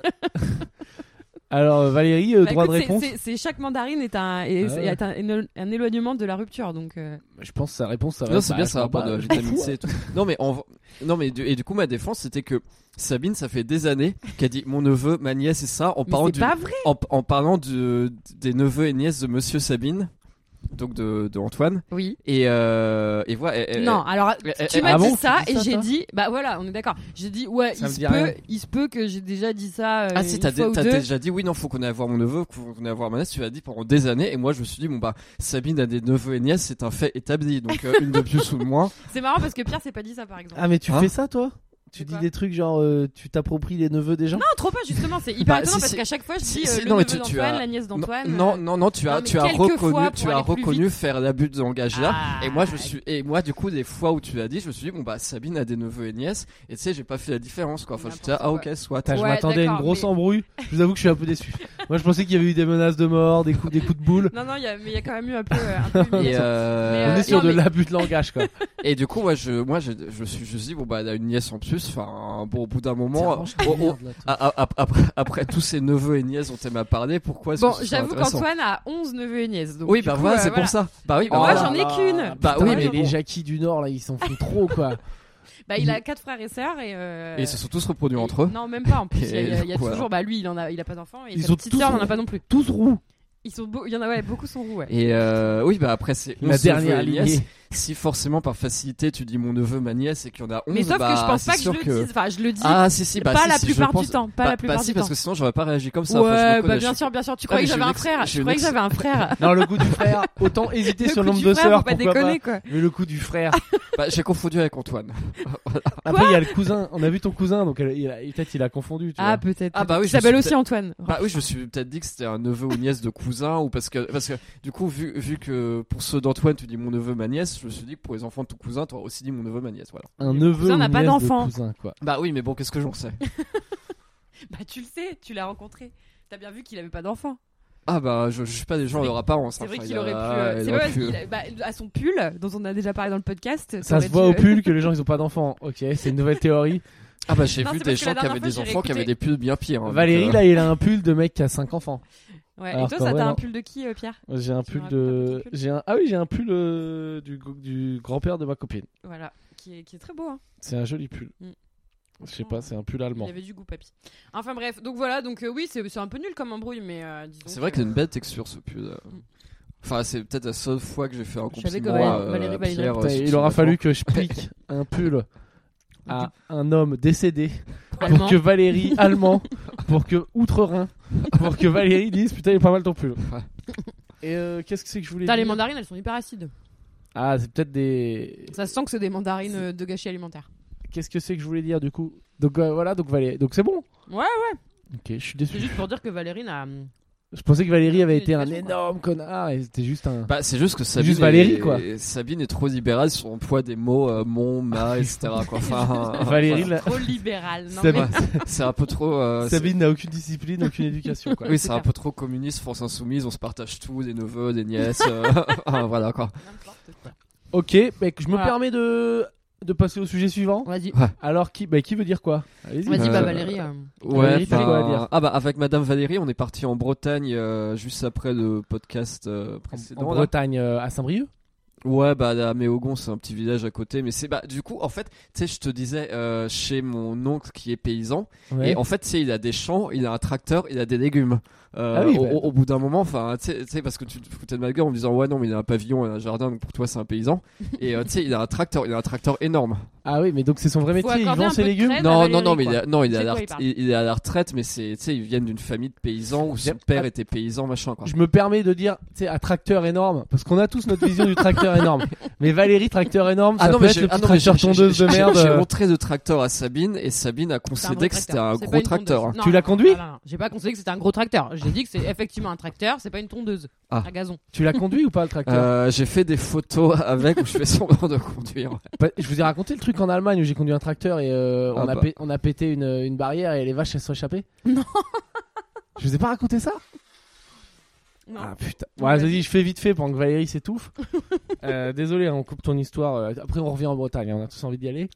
Alors Valérie, droit de réponse. C'est chaque mandarine est un éloignement de la rupture, donc. Je pense que sa réponse, ça va. Non, c'est bien, ça va pas de vitamine C et tout. Non mais du coup ma défense c'était que Sabine, ça fait des années qu'elle dit mon neveu, ma nièce et ça en parlant en parlant des neveux et nièces de Monsieur Sabine. Donc de Antoine. Oui. Et voilà. Non, alors tu m'as dit ça et j'ai dit bah voilà, on est d'accord. J'ai dit ouais, il se peut que j'ai déjà dit ça. Ah si, t'as déjà dit oui, non, faut qu'on aille voir mon neveu, faut qu'on aille voir ma nièce. Tu l'as dit pendant des années et moi je me suis dit bon bah Sabine a des neveux et nièces, c'est un fait établi, donc une de plus ou de moins. C'est marrant parce que Pierre s'est pas dit ça par exemple. Ah mais tu fais ça toi? Tu dis des trucs genre tu t'appropries les neveux des gens? Non, trop pas, justement, c'est hyper étonnant parce qu'à chaque fois je dis le neveu d'Antoine, la nièce d'Antoine. Non, tu as reconnu faire l'abus de langage là. Et moi du coup des fois où tu l'as dit, je me suis dit bon bah Sabine a des neveux et nièces et tu sais, j'ai pas fait la différence quoi. Enfin, je disais OK, soit. Je m'attendais à une grosse embrouille. Je vous avoue que je suis un peu déçu. Moi je pensais qu'il y avait eu des menaces de mort, des coups de boule. Non, il y a quand même eu un peu on est sur de l'abus de langage quoi. Et du coup moi je me suis dit bon bah elle a une nièce en plus. Enfin, bon, au bout d'un moment, après tous ces neveux et nièces dont elle m'a parlé, pourquoi est-ce que j'avoue qu'Antoine a 11 neveux et nièces. Donc oui, bah voilà, c'est pour ça. Bah oui, moi j'en ai qu'une. Bah oui, mais les Jackie du Nord là, ils s'en font trop quoi. Bah, il a 4 frères et sœurs et ils se sont tous reproduits entre eux. Non, même pas en plus. Il y a toujours. Bah, lui, il a pas d'enfants et sa petite sœur n'en a pas non plus. Tous roux. Il y en a beaucoup sont roux. Ouais. Et oui, bah après c'est la dernière lignée. Si forcément par facilité tu dis mon neveu, ma nièce et qu'il y en a 11, mais sauf bah, que je pense pas que je le dise. Enfin, je le dis. Ah si, bah, pas la plupart du temps. Pas la plupart du temps. Parce que sinon j'aurais pas réagi comme ça. Ouais, bah bien sûr. Tu croyais que j'avais un frère. Je croyais que j'avais un frère. Non, le coup du frère. Autant hésiter sur le nombre de sœurs. Pas déconner quoi. Mais le coup du frère. Bah j'ai confondu avec Antoine. Après il y a le cousin. On a vu ton cousin, donc peut-être il a confondu. Ah peut-être. Ah bah oui. Il s'appelle aussi Antoine. Bah oui, je me suis peut-être dit que c'était un neveu ou nièce de cousin ou parce que du coup vu que pour ceux d'Antoine tu dis mon neveu, ma nièce, je me suis dit que pour les enfants de ton cousin t'aurais aussi dit mon neveu, ma nièce, voilà. Un neveu ou n'a pas d'enfant. Quoi. Bah oui, mais bon, qu'est-ce que j'en sais. Bah tu le sais, tu l'as rencontré. T'as bien vu qu'il avait pas d'enfant. Ah bah je suis pas des gens de leurs apparences. C'est vrai qu'il aurait pu. C'est vrai parce qu'il à son pull dont on a déjà parlé dans le podcast. Ça se voit au pull que les gens ils ont pas d'enfants. Ok, c'est une nouvelle théorie. Ah bah j'ai vu des gens qui avaient des enfants qui avaient des pulls bien pires. Hein, Valérie là il a un pull de mec qui a 5 enfants. Ouais. Alors, et toi, t'as un pull de qui, Pierre? J'ai un pull de. J'ai un pull du grand-père de ma copine. Voilà, qui est très beau. Hein. C'est un joli pull. Je sais pas, c'est un pull allemand. Il avait du goût, papy. Enfin bref, donc voilà, oui, c'est un peu nul comme embrouille, mais disons. C'est vrai qu'il a une belle texture ce pull. Enfin, c'est peut-être la seule fois que j'ai fait un compliment à Pierre. Il aura fallu que je pique un pull à un homme décédé pour que Valérie, allemand, pour que Outre-Rhin, pour que Valérie dise putain il est pas mal ton pull. Et qu'est-ce que c'est que je voulais dire? Les mandarines elles sont hyper acides. Ah c'est peut-être des. Ça se sent que c'est des mandarines de gâchis alimentaire. Qu'est-ce que c'est que je voulais dire du coup? Donc voilà, donc Valérie, donc c'est bon. Ouais. Ok, je suis déçu. C'est juste pour dire que Valérie n'a. Je pensais que Valérie avait été un énorme connard et c'était juste un. Bah c'est juste que Sabine, juste Valérie, quoi. Sabine est trop libérale sur l'emploi des mots mon, ma, etc. Quoi. Enfin, Valérie trop libérale. Non, c'est un peu trop. Sabine n'a aucune discipline, aucune éducation. Quoi. Oui, c'est un peu trop communiste, France Insoumise. On se partage tout, des neveux, des nièces. Voilà quoi. Ok, mec, je me permets de passer au sujet suivant. Vas-y. Ouais. Alors qui veut dire quoi? Vas-y, Valérie. Ouais, Valérie, t'as quoi à dire? Ah bah avec Madame Valérie, on est parti en Bretagne juste après le podcast précédent. En Bretagne, à Saint-Brieuc. Ouais, bah à Méogon, c'est un petit village à côté, mais c'est du coup en fait, tu sais, je te disais chez mon oncle qui est paysan, et en fait, tu sais, il a des champs, il a un tracteur, il a des légumes. Au bout d'un moment, enfin, tu sais, parce que tu te foutais de ma gueule en me disant ouais non, mais il a un pavillon et un jardin, donc pour toi c'est un paysan. Et tu sais, il a un tracteur énorme. Ah oui, mais donc c'est son vrai métier, il vend ses légumes. Non, mais il est à la retraite, mais c'est, tu sais, ils viennent d'une famille de paysans où son père était paysan, machin quoi. Je me permets de dire, tu sais, un tracteur énorme, parce qu'on a tous notre vision du tracteur énorme. Mais Valérie, tracteur énorme, ça peut être le petit tracteur tondeuse de merde. J'ai montré le tracteur à Sabine et Sabine a concédé que c'était un gros tracteur. Tu l'as conduit? Non, j'ai pas concédé que c'était un gros tracteur. J'ai dit que c'est effectivement un tracteur, c'est pas une tondeuse à gazon. Tu l'as conduit ou pas le tracteur? J'ai fait des photos avec où je fais semblant de conduire. Je vous ai raconté le truc en Allemagne où j'ai conduit un tracteur et on a pété une barrière et les vaches elles se sont échappées. Non. Je vous ai pas raconté ça? Non. Ah putain. Ouais, vas-y, je fais vite fait pendant que Valérie s'étouffe. Désolé, on coupe ton histoire. Après, on revient en Bretagne. On a tous envie d'y aller.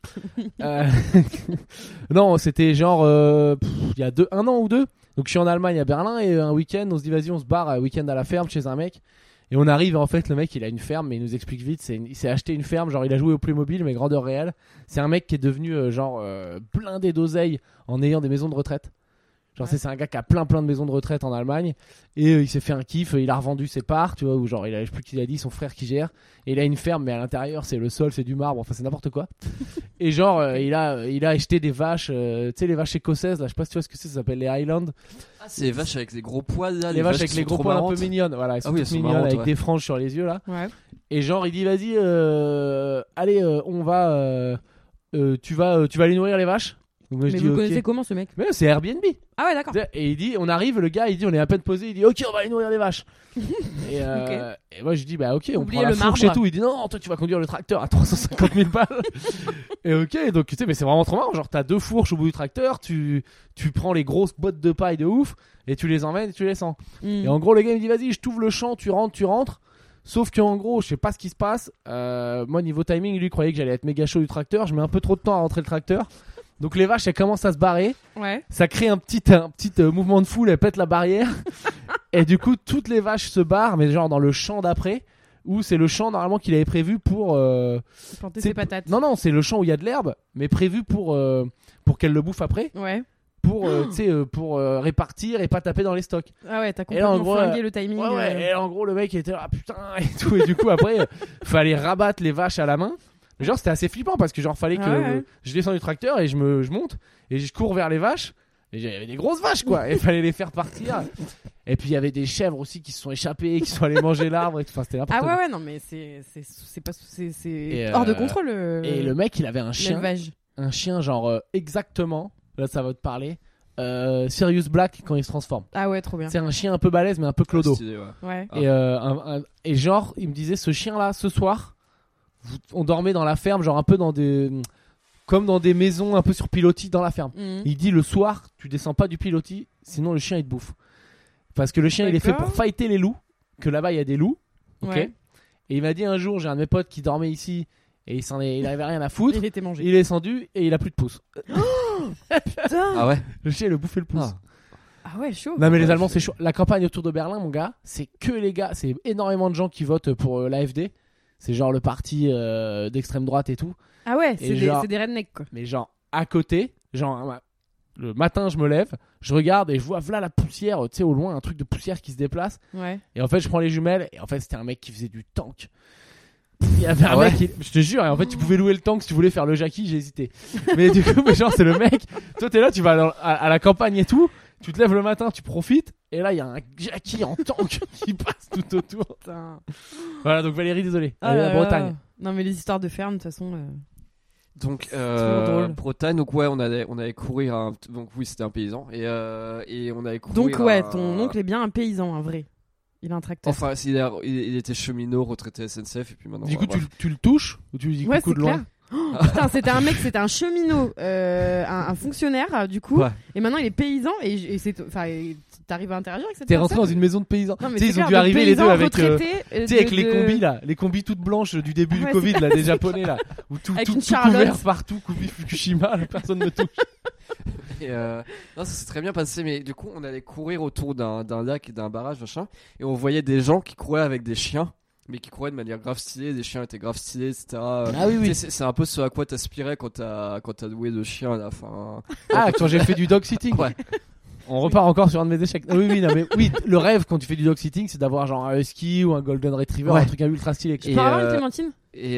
Non, c'était genre il y a 1 an ou 2. Donc, je suis en Allemagne à Berlin et un week-end, on se dit vas-y, on se barre un week-end à la ferme chez un mec. Et on arrive et en fait, le mec, il a une ferme, mais il nous explique vite. Il s'est acheté une ferme, genre il a joué au Playmobil, mais grandeur réelle. C'est un mec qui est devenu blindé d'oseille en ayant des maisons de retraite. Genre c'est un gars qui a plein de maisons de retraite en Allemagne et il s'est fait un kiff, il a revendu ses parts, tu vois, ou genre je sais plus qui l'a dit, son frère qui gère, et il a une ferme mais à l'intérieur c'est le sol, c'est du marbre, enfin c'est n'importe quoi. Et genre il a acheté des vaches, tu sais les vaches écossaises là, je sais pas si tu vois ce que c'est, ça s'appelle les Highlands. Ah, c'est les vaches avec les gros poils là, les vaches avec les gros poils un peu mignonnes, voilà, elles sont toutes mignonnes avec des franges sur les yeux là. Ouais. Et genre il dit vas-y allez on va tu vas aller nourrir les vaches. Donc, mais vous connaissez comment ce mec? Mais c'est Airbnb. Ah ouais, d'accord. Et il dit, on arrive, le gars, il dit, on est à peine posé, il dit, ok, on va aller nourrir les vaches. Et moi je dis, bah ok, on prend la fourche et tout. Il dit, non, toi tu vas conduire le tracteur à 350 000 balles. Et ok, donc tu sais, mais c'est vraiment trop marrant. Genre, t'as 2 fourches au bout du tracteur, tu prends les grosses bottes de paille de ouf et tu les emmènes et tu les sens. Et en gros, le gars il me dit, vas-y, je t'ouvre le champ, tu rentres. Sauf qu'en gros, je sais pas ce qui se passe. Moi, niveau timing, lui croyait que j'allais être méga chaud du tracteur. Je mets un peu trop de temps à rentrer le tracteur. Donc les vaches elles commencent à se barrer, ça crée un petit mouvement de foule, elles pètent la barrière et du coup toutes les vaches se barrent mais genre dans le champ d'après, où c'est le champ normalement qu'il avait prévu pour planter ses patates. Non, c'est le champ où il y a de l'herbe, mais prévu pour qu'elle le bouffe après. Ouais. Pour répartir et pas taper dans les stocks. Ah ouais, t'as complètement flingué le timing. Ouais, et en gros le mec était là putain et tout, et du coup après fallait rabattre les vaches à la main. Genre c'était assez flippant parce que genre fallait que je descends du tracteur et je monte et je cours vers les vaches. Et il y avait des grosses vaches quoi, et il fallait les faire partir. Et puis il y avait des chèvres aussi qui se sont échappées, qui sont allées manger l'arbre et tout. Enfin, c'était n'importe quoi. Ouais, non mais c'est hors de contrôle. Et le mec il avait un chien. L'élevage. Un chien genre exactement, là ça va te parler, Sirius Black quand il se transforme. Ah ouais, trop bien. C'est un chien un peu balèze mais un peu clodo. Ouais. Et genre il me disait ce chien là ce soir, on dormait dans la ferme genre un peu comme dans des maisons un peu sur pilotis dans la ferme. Il dit le soir tu descends pas du pilotis sinon le chien il te bouffe. Parce que le chien il est fait pour fighter les loups, que là-bas il y a des loups. Ok. Ouais. Et il m'a dit un jour j'ai un de mes potes qui dormait ici et il avait rien à foutre. Il était mangé. Il est descendu et il a plus de pouce. Putain. Ah ouais. Le chien il a bouffé le pouce. Ah ouais, chaud. Non mais les Allemands c'est chaud. La campagne autour de Berlin mon gars, c'est que les gars, c'est énormément de gens qui votent pour l'AfD. C'est genre le parti d'extrême droite et tout. Ah ouais, c'est des rednecks quoi. Mais genre à côté, genre le matin je me lève, je regarde et je vois là la poussière, tu sais au loin un truc de poussière qui se déplace. Ouais. Et en fait je prends les jumelles et en fait c'était un mec qui faisait du tank. Il y avait un mec je te jure, et en fait tu pouvais louer le tank si tu voulais faire le Jackie, j'ai hésité. Mais du coup genre c'est le mec, toi t'es là, tu vas à la campagne et tout, tu te lèves le matin, tu profites et là il y a un Jackie en tank qui passe tout autour. Putain. Voilà donc Valérie désolé, la Bretagne. Non mais les histoires de ferme de toute façon Donc Bretagne, donc ouais, on allait courir donc oui, c'était un paysan et on allait courir. Donc ouais, ton oncle est bien un paysan, un vrai. Il a un tracteur. Enfin, il était cheminot, retraité SNCF et puis maintenant. Du coup, tu le touches ou tu lui dis coucou de loin? Oh, putain, c'était un cheminot, un fonctionnaire du coup, et maintenant il est paysan et t'arrives à interagir avec cette T'es personne. rentré dans une maison de paysans. Tu sais, ils ont dû arriver les deux avec les combis là, les combis toutes blanches du début du Covid là, des japonais là, où tout couvert partout, couvert Fukushima, personne ne touche. Non, ça s'est très bien passé, mais du coup on allait courir autour d'un lac et d'un barrage machin, et on voyait des gens qui couraient avec des chiens, mais qui couraient de manière grave stylée, des chiens étaient grave stylés, etc. Ah oui. C'est un peu ce à quoi t'aspirais quand t'as doué de chien là. Enfin. Quand j'ai fait du dog sitting. Ouais. On repart encore sur un de mes échecs. Oui, le rêve quand tu fais du dog sitting, c'est d'avoir genre un husky ou un golden retriever, un truc ultra stylé. Tu peux avoir une clémentine.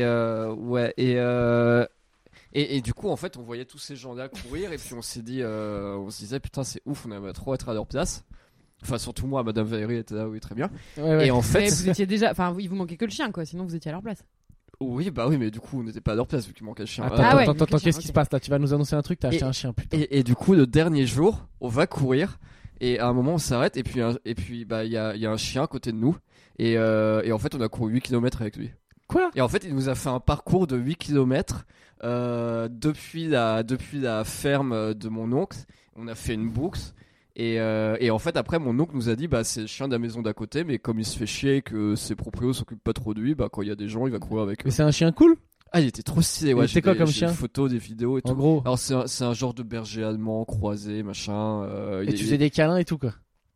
Et du coup, en fait, on voyait tous ces gens-là courir et puis on se disait putain, c'est ouf, on aimerait trop être à leur place. Enfin, surtout moi, Madame Valérie était là, oui, très bien. Ouais. Et en fait, vous étiez déjà, enfin, il vous manquait que le chien, quoi. Sinon, vous étiez à leur place. Oui, mais du coup, on n'était pas à leur place vu qu'il manquait le chien. Attends, qu'est-ce qui se passe là? Tu vas nous annoncer un truc, t'as acheté un chien, putain. Et du coup, le dernier jour, on va courir et à un moment, on s'arrête et puis il y a un chien à côté de nous et en fait, on a couru 8 km avec lui. Quoi? Et en fait, il nous a fait un parcours de 8 km depuis la ferme de mon oncle. On a fait une boucle. Et en fait après mon oncle nous a dit c'est le chien de la maison d'à côté, mais comme il se fait chier et que ses proprios s'occupent pas trop de lui, quand il y a des gens il va courir avec eux. Mais c'est un chien cool? Ah, il était trop stylé. Ouais, c'était quoi comme chien? Des photos, des vidéos et tout. En gros, alors c'est un genre de berger allemand croisé machin. Et tu faisais des câlins et tout quoi?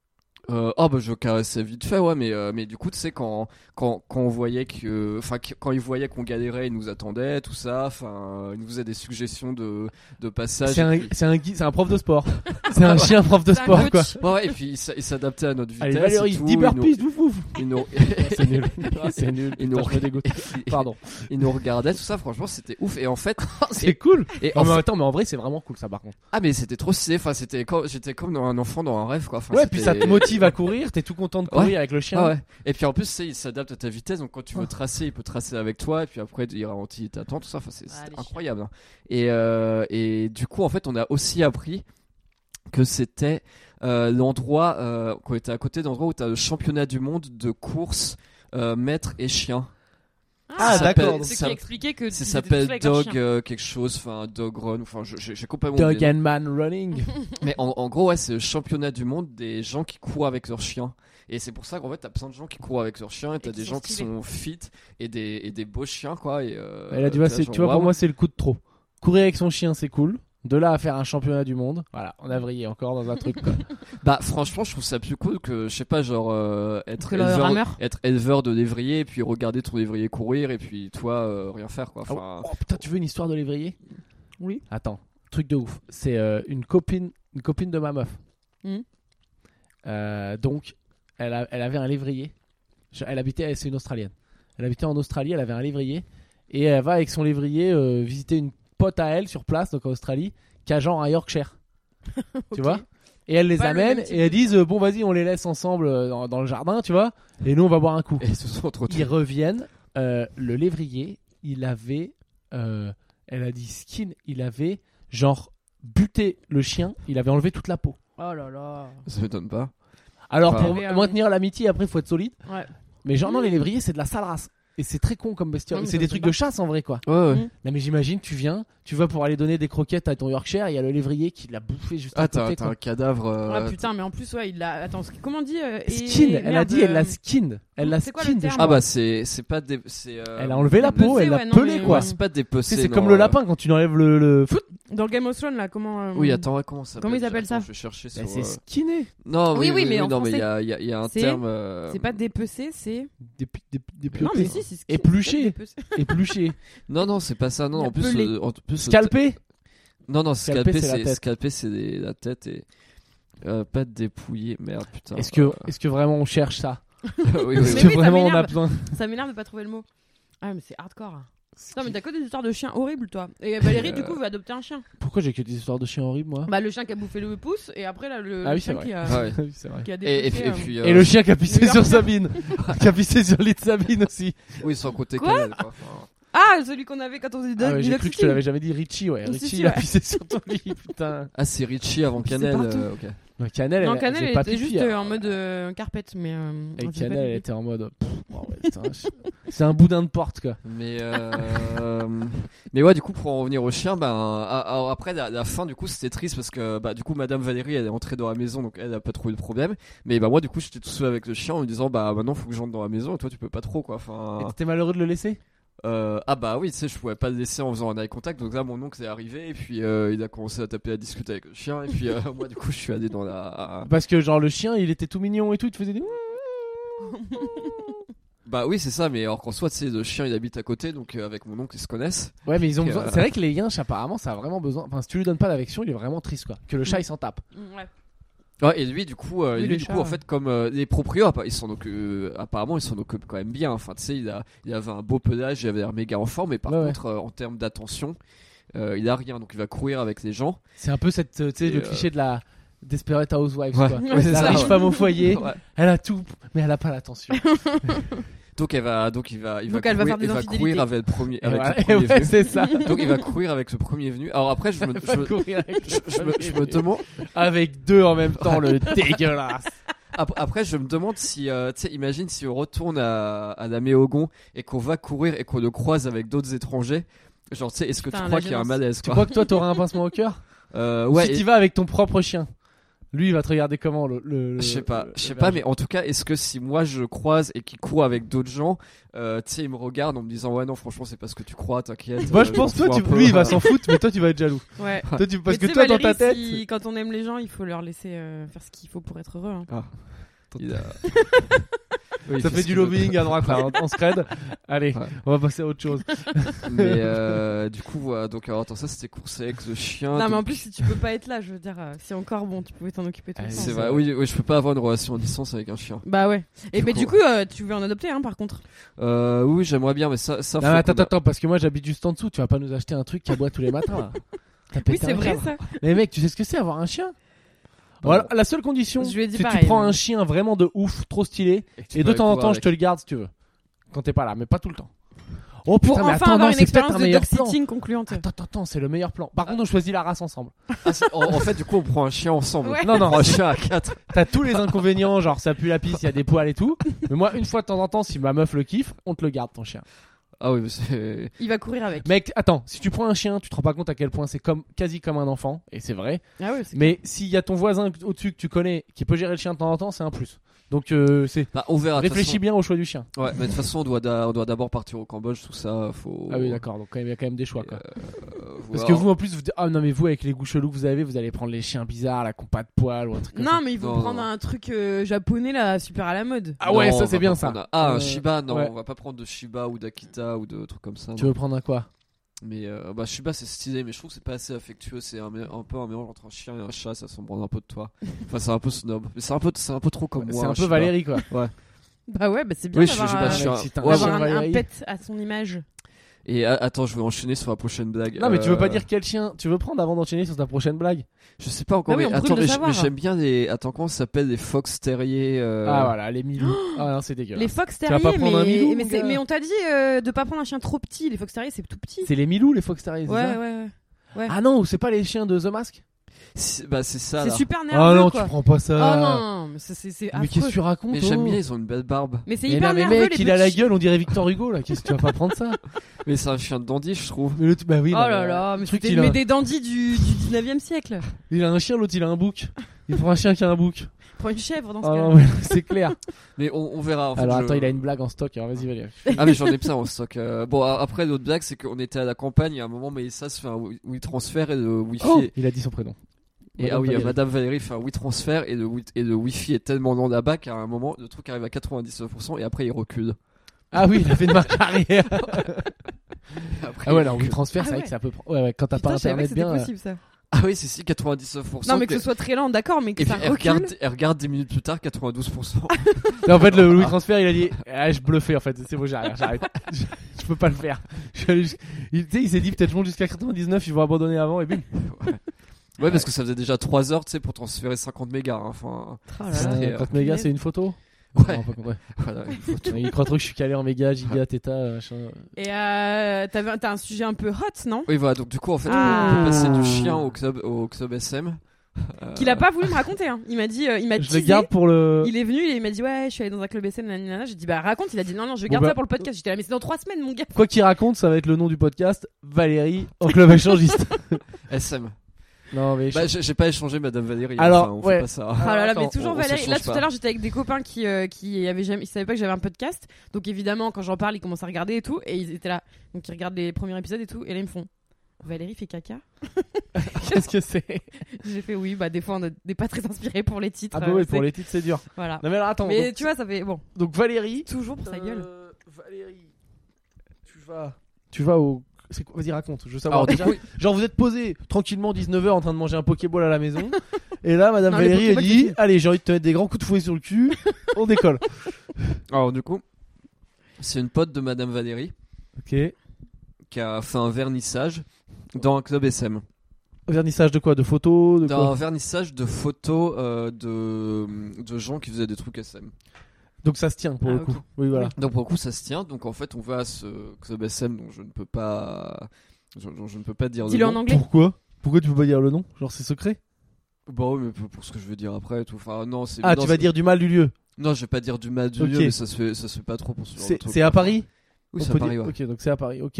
Je caressais vite fait, ouais, mais du coup tu sais quand on voyait quand il voyait qu'on galérait, il nous attendait, tout ça, il nous faisait des suggestions de passage. C'est un prof de sport. C'est un chien prof de sport quoi. Ouais, et puis il s'adaptait à notre vitesse. Allez, Valérie, 10 burpees, ouf. C'est nul. C'est nul. Il nous Pardon. Il nous regardait, tout ça, franchement c'était ouf. Et en fait c'est cool. Mais en vrai c'est vraiment cool ça par contre. Ah mais c'était trop stylé, j'étais comme un enfant dans un rêve quoi. Ouais, puis ça te motive à courir, t'es tout content de courir avec le chien. Ouais. Et puis en plus, tu sais, il s'adapte à ta vitesse, donc quand tu veux tracer, il peut tracer avec toi, et puis après, il ralentit, il t'attend, tout ça. Enfin, c'est incroyable. Hein. Et du coup, en fait, on a aussi appris que c'était l'endroit, qu'on était à côté d'endroit où t'as le championnat du monde de course maître et chien. Ah d'accord. C'est qui expliquait que ça s'appelle Dog quelque chose, enfin Dog Run, enfin j'ai complètement Dog and Man Running. Mais en gros ouais, c'est le championnat du monde des gens qui courent avec leurs chiens. Et c'est pour ça qu'en fait t'as plein de gens qui courent avec leurs chiens et t'as des gens qui sont fit et des beaux chiens quoi. Et là tu vois, pour moi c'est le coup de trop. Courir avec son chien c'est cool. De là à faire un championnat du monde, voilà, on a vrillé encore dans un truc quoi. Bah franchement, je trouve ça plus cool que, je sais pas, genre être éleveur de lévrier et puis regarder ton lévrier courir et puis toi rien faire quoi. Enfin... Oh putain, tu veux une histoire de lévrier? Oui. Attends, truc de ouf. C'est une copine de ma meuf. Donc, elle avait un lévrier. C'est une Australienne. Elle habitait en Australie, elle avait un lévrier et elle va avec son lévrier visiter une pote à elle sur place, donc en Australie, qui a genre un Yorkshire. Tu vois? Et elle les amène et elles disent bon vas-y on les laisse ensemble dans le jardin, tu vois, et nous on va boire un coup. Et ils se sont entretenus. Ils reviennent, le lévrier il avait elle a dit skin, il avait genre buté le chien, il avait enlevé toute la peau. Oh là là. Ça m'étonne pas. Alors pour maintenir l'amitié après faut être solide. Ouais. Mais genre non, les lévriers c'est de la sale race. Et c'est très con comme bestiole. C'est des trucs de chasse en vrai quoi. Ouais. Non mais j'imagine tu vas pour aller donner des croquettes à ton Yorkshire, il y a le lévrier qui l'a bouffé juste à côté. T'as un cadavre. Ah putain, mais en plus ouais, il l'a. Attends, comment on dit skin. Elle a dit elle l'a skin. Elle l'a skin. Ah bah c'est pas des. Elle a enlevé la peau, elle l'a pelé quoi. C'est pas dépecé. C'est comme le lapin quand tu enlèves le foot. Dans Game of Thrones là, comment Oui, attends, comment ça s'appelle? Comment ils appellent ça? Je vais chercher sur. C'est skinné. Non, oui, mais en français, il y a un terme. C'est pas dépecé, c'est dépioté. Non, mais si, c'est épluché. Épluché. Non, c'est pas ça. Non, en plus. Scalpé. Non, scalpé, c'est la tête et pas dépouillé. Merde, putain. Est-ce que vraiment on cherche ça? Oui. Est-ce que vraiment on a besoin? Ça m'énerve de pas trouver le mot. Ah mais c'est hardcore. Non mais t'as que des histoires de chiens horribles toi. Et Valérie du coup veut adopter un chien. Pourquoi j'ai que des histoires de chiens horribles moi? Bah le chien qui a bouffé le pouce et après là le chien qui a dépoussé, et le chien qui a pissé sur Sabine. Qui a pissé sur le lit de Sabine aussi. Oui, sans côté Canel quoi. Ah, celui qu'on avait quand on faisait Ah ouais, j'ai cru que je te l'avais jamais dit. Richie, ouais. Richie, il a pissé sur ton lit, putain. Ah, c'est Richie avant Canel. Ok. Non, Canel, elle pas était pipi, juste en mode carpette, mais. Et Canel, elle était en mode. C'est un boudin de porte, quoi. Mais ouais, du coup, pour en revenir au chien, après la fin, du coup, c'était triste parce que du coup, Madame Valérie, elle est entrée dans la maison, donc elle a pas trouvé de problème. Mais moi, du coup, j'étais tout seul avec le chien en me disant, maintenant, faut que j'entre dans la maison et toi, tu peux pas trop, quoi. Enfin. Et t'étais malheureux de le laisser? Oui, tu sais, je pouvais pas le laisser en faisant un eye contact, donc là mon oncle est arrivé et puis il a commencé à taper, à discuter avec le chien et puis moi du coup je suis allé dans la. Parce que genre le chien il était tout mignon et tout, il te faisait des. Bah oui, c'est ça, mais alors qu'en soit, tu sais, le chien il habite à côté, donc avec mon oncle ils se connaissent. Ouais, mais ils ont besoin. C'est vrai que les yinches apparemment ça a vraiment besoin. Enfin, si tu lui donnes pas d'affection, il est vraiment triste quoi. Que le chat il s'en tape. Ouais. Ouais, et lui du coup en fait comme les propriétaires apparemment ils s'en occupent quand même bien. Enfin tu sais, il avait un beau pelage, il avait l'air méga en forme, mais par contre en termes d'attention il a rien, donc il va courir avec les gens. C'est un peu tu sais le cliché de la Desperate Housewives quoi. C'est la riche femme au foyer, ouais. Elle a tout mais elle a pas l'attention. Donc il va courir avec le premier venu. C'est ça. Donc il va courir avec ce premier venu. Alors après je me demande avec deux en même temps, le dégueulasse. Après je me demande si tu sais, imagine si on retourne à la Méogon et qu'on va courir et qu'on le croise avec d'autres étrangers. Genre tu sais, est-ce que tu crois qu'il y a un malaise quoi? Tu crois que toi t'auras un pincement au cœur? Ouais. Si tu vas avec ton propre chien. Lui, il va te regarder comment je sais pas, mais en tout cas, est-ce que si moi je croise et qu'il court avec d'autres gens, tu sais, il me regarde en me disant ouais non, franchement, c'est pas ce que tu crois, t'inquiète. Moi, je pense lui, il va s'en foutre, mais toi, tu vas être jaloux. Ouais. Parce que toi, Valérie, dans ta tête, quand on aime les gens, il faut leur laisser faire ce qu'il faut pour être heureux. Hein. Ah. Oui, ça fait du lobbying à droite là, on se crède. Allez, on va passer à autre chose. Mais du coup, donc alors, attends, ça c'était coursé avec le chien. Non, donc... mais en plus, si tu peux pas être là, je veux dire, c'est encore bon, tu pouvais t'en occuper tout le temps. C'est vrai, oui, je peux pas avoir une relation à distance avec un chien. Bah ouais. Et mais du coup, tu veux en adopter par contre? Oui, j'aimerais bien, mais ça. Non, attends, parce que moi j'habite juste en dessous, tu vas pas nous acheter un truc qui aboie tous les matins là. Oui, c'est vrai ça. Mais mec, tu sais ce que c'est avoir un chien? Voilà, la seule condition, c'est que tu prends un chien vraiment de ouf, trop stylé, et de temps en temps, je te le garde si tu veux. Quand t'es pas là, mais pas tout le temps. Oh putain, pour mais enfin attends, avoir non, une expérience de dog-sitting concluante. Attends, c'est le meilleur plan. Par contre, on choisit la race ensemble. En fait, du coup, on prend un chien ensemble. Ouais. Non, un chien à 4. T'as tous les inconvénients, genre ça pue la pisse, il y a des poils et tout. Mais moi, une fois de temps en temps, si ma meuf le kiffe, on te le garde ton chien. Ah oui, mais c'est... Il va courir avec. Mec, attends, si tu prends un chien, tu te rends pas compte à quel point c'est quasi comme un enfant, et c'est vrai. Ah ouais, mais s'il y a ton voisin au-dessus que tu connais qui peut gérer le chien de temps en temps, c'est un plus. Donc c'est. On verra. Réfléchis bien au choix du chien. Ouais, mais de toute façon, on doit d'abord partir au Cambodge, tout ça. Faut... Ah oui, d'accord. Donc il y a quand même des choix. Quoi. Parce que vous en plus, non mais vous avec les goûts chelous que vous avez, vous allez prendre les chiens bizarres, la compas de poils ou un truc comme ça. Non mais ils vont prendre un truc japonais là, super à la mode. Ah ouais, ça c'est bien ça. Un Shiba, non, on va pas prendre de Shiba ou d'Akita ou de trucs comme ça. Tu veux prendre un quoi? Mais Shiba c'est stylé, mais je trouve que c'est pas assez affectueux. C'est un peu un mélange entre un chien et un chat, ça s'en branle un peu de toi. Enfin, c'est un peu snob, mais c'est un peu trop comme moi. C'est un peu Valérie quoi. Ouais. Bah ouais, c'est bien d'avoir un pet à son image. Et attends, je vais enchaîner sur la prochaine blague. Non mais tu veux pas dire quel chien tu veux prendre avant d'enchaîner sur ta prochaine blague? Je sais pas encore, mais attends, mais j'aime bien les. Attends, comment ça s'appelle, les fox terriers Ah voilà, les milous. Ah non, c'est dégueulasse. Les fox terriers, tu vas pas prendre un milou, mais on t'a dit de pas prendre un chien trop petit. Les fox terriers, c'est tout petit. C'est les milous, les fox terriers. Ouais. Ah non, c'est pas les chiens de The Mask? C'est ça. C'est là. super nerveux. Ah non, quoi. tu prends pas ça. Oh non, mais c'est affreux. Mais qu'est-ce que tu racontes? Mais j'aime bien, ils ont une belle barbe. Mais c'est hyper nerveux. Mec, il a la gueule, on dirait Victor Hugo là. Qu'est-ce que tu vas pas prendre ça? Mais c'est un chien de dandy, je trouve. Bah oui. Oh là là, mais des dandys du 19e siècle. Il a un chien, l'autre il a un bouc. Il prend un chien qui a un bouc. Prends une chèvre dans ce cas. Non, ouais, c'est clair. Mais on verra. En fait, alors attends, il a une blague en stock. Alors vas-y, Valérie. Ah mais j'en ai plein en stock. Bon après l'autre blague, c'est qu'on était à la campagne. Il y a un moment, mais ça se fait un WeTransfer et le Wi-Fi. Oh, il a dit son prénom. Et Madame Valérie fait un WeTransfer et le Wi-Fi est tellement lent là-bas qu'à un moment le truc arrive à 99% et après il recule. Ah oui, il a fait une marche arrière. Ah ouais, alors WeTransfer, c'est vrai que ça peut. Ouais, quand t'as pas internet bien. C'est possible ça. Ah oui, c'est 99%. Non mais que ce soit très lent, d'accord, mais que ça recule. Elle regarde 10 minutes plus tard, 92%. Et en fait, le WeTransfer, il a dit, je bluffais en fait. C'est bon, j'arrête. Je peux pas le faire. Il s'est dit peut-être je monte jusqu'à 99, ils vont abandonner avant et bim. Ouais, parce que ça faisait déjà 3 heures, tu sais, pour transférer 50 mégas. Enfin, 50 mégas, c'est une photo? Ouais. Voilà, une photo. Il croit trop que je suis calé en mégas, giga, theta, machin. Et t'as un sujet un peu hot, non? Oui, voilà. Donc du coup, en fait, on peut passer du chien au club SM. Qu'il a pas voulu me raconter. Hein. Il m'a dit, je le garde pour le. Il est venu et il m'a dit ouais, je suis allé dans un club SM, nanana. J'ai dit bah raconte. Il a dit non, je garde ça pour le podcast. J'étais là mais c'est dans 3 semaines, mon gars. Quoi qu'il raconte, ça va être le nom du podcast. Valérie en club échangiste. SM. Non mais j'ai pas échangé Madame Valérie. Alors on fait pas ça. Ah là là, mais toujours Valérie. Là tout à l'heure j'étais avec des copains qui avaient jamais, ils savaient pas que j'avais un podcast. Donc évidemment quand j'en parle ils commencent à regarder et tout et ils étaient là. Donc ils regardent les premiers épisodes et tout et là ils me font Valérie fait caca. Qu'est-ce que c'est? J'ai fait oui, bah des fois on n'est pas très inspiré pour les titres. Ah bah oui, pour les titres c'est dur. Voilà. Non mais alors attends. Mais donc, tu vois ça fait bon. Donc Valérie. Toujours pour sa gueule. Valérie, tu vas au. C'est quoi? Vas-y raconte, je veux savoir. Alors, déjà, genre vous êtes posé tranquillement 19h en train de manger un Pokéball à la maison et là Madame Valérie elle dit allez j'ai envie de te mettre des grands coups de fouet sur le cul, on décolle. Alors du coup c'est une pote de Madame Valérie qui a fait un vernissage dans un club SM. Vernissage de quoi? De photos un vernissage de photos de gens qui faisaient des trucs SM. Donc ça se tient pour le coup. Oui, voilà. Donc pour le coup ça se tient. Donc en fait on va à ce club SM dont je ne peux pas dire Dis-le le nom. en anglais. Pourquoi tu peux pas dire le nom? Genre c'est secret? Bon mais pour ce que je veux dire après et tout. Enfin non, c'est tu vas dire du mal du lieu. Non, je vais pas dire du mal du lieu, mais ça se fait pas trop pour ce genre de truc. C'est à Paris? Oui, c'est à Paris, ouais. OK, donc c'est à Paris. OK.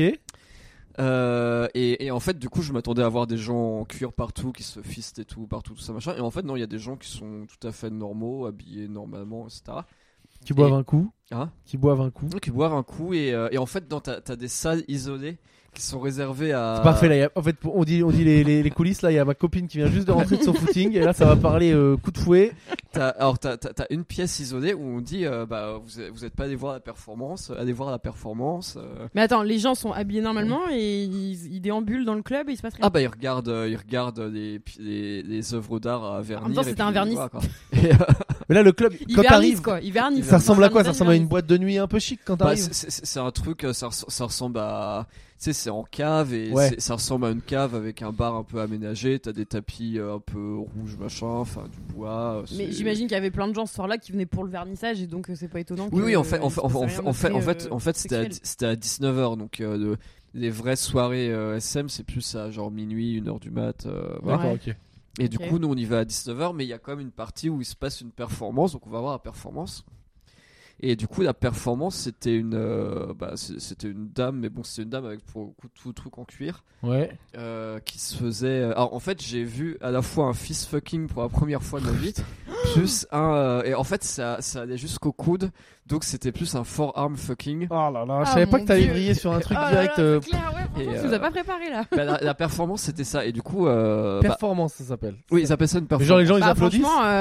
Et en fait du coup je m'attendais à voir des gens en cuir partout qui se fistent et tout partout tout ça machin et en fait non, il y a des gens qui sont tout à fait normaux, habillés normalement, etc. Qui boivent un coup. Qui boivent un coup et en fait t'as des salles isolées qui sont réservées à. C'est parfait là. En fait on dit les coulisses là. Il y a ma copine qui vient juste de rentrer de son footing et là ça va parler coup de fouet. T'as une pièce isolée où on dit vous êtes pas allé voir la performance, allez voir la performance. Mais attends, les gens sont habillés normalement et ils déambulent dans le club et il se passe rien. Ah bah ils regardent les œuvres d'art à vernir. En même temps c'était un vernis. Mais là le club quand t'arrives ils vernissent. Ça ressemble à quoi? Ça ressemble à une boîte de nuit un peu chic quand t'arrives. C'est un truc, ça ressemble à, tu sais, c'est en cave et ça ressemble à une cave avec un bar un peu aménagé. T'as des tapis un peu rouges machin, enfin du bois. Mais j'imagine qu'il y avait plein de gens ce soir-là qui venaient pour le vernissage et donc c'est pas étonnant. Oui, en fait c'était à 19h donc les vraies soirées SM c'est plus à genre minuit, 1h du mat. D'accord, ok. Et du coup, nous on y va à 19h, mais il y a quand même une partie où il se passe une performance, donc on va voir la performance. Et du coup, la performance, c'était une dame, mais bon, c'était une dame avec pour le coup tout le truc en cuir. Ouais. Qui se faisait. Alors en fait, j'ai vu à la fois un fist fucking pour la première fois de ma vie. plus un et en fait ça allait jusqu'au coude, donc c'était plus un forearm fucking. Oh là là, je savais pas que t'allais briller sur un truc direct. Là, c'est clair, ouais, tu nous as pas préparé là. Bah, la performance c'était ça, et du coup performance ça s'appelle. Oui, ils appellent ça une performance. Genre les gens ils applaudissent.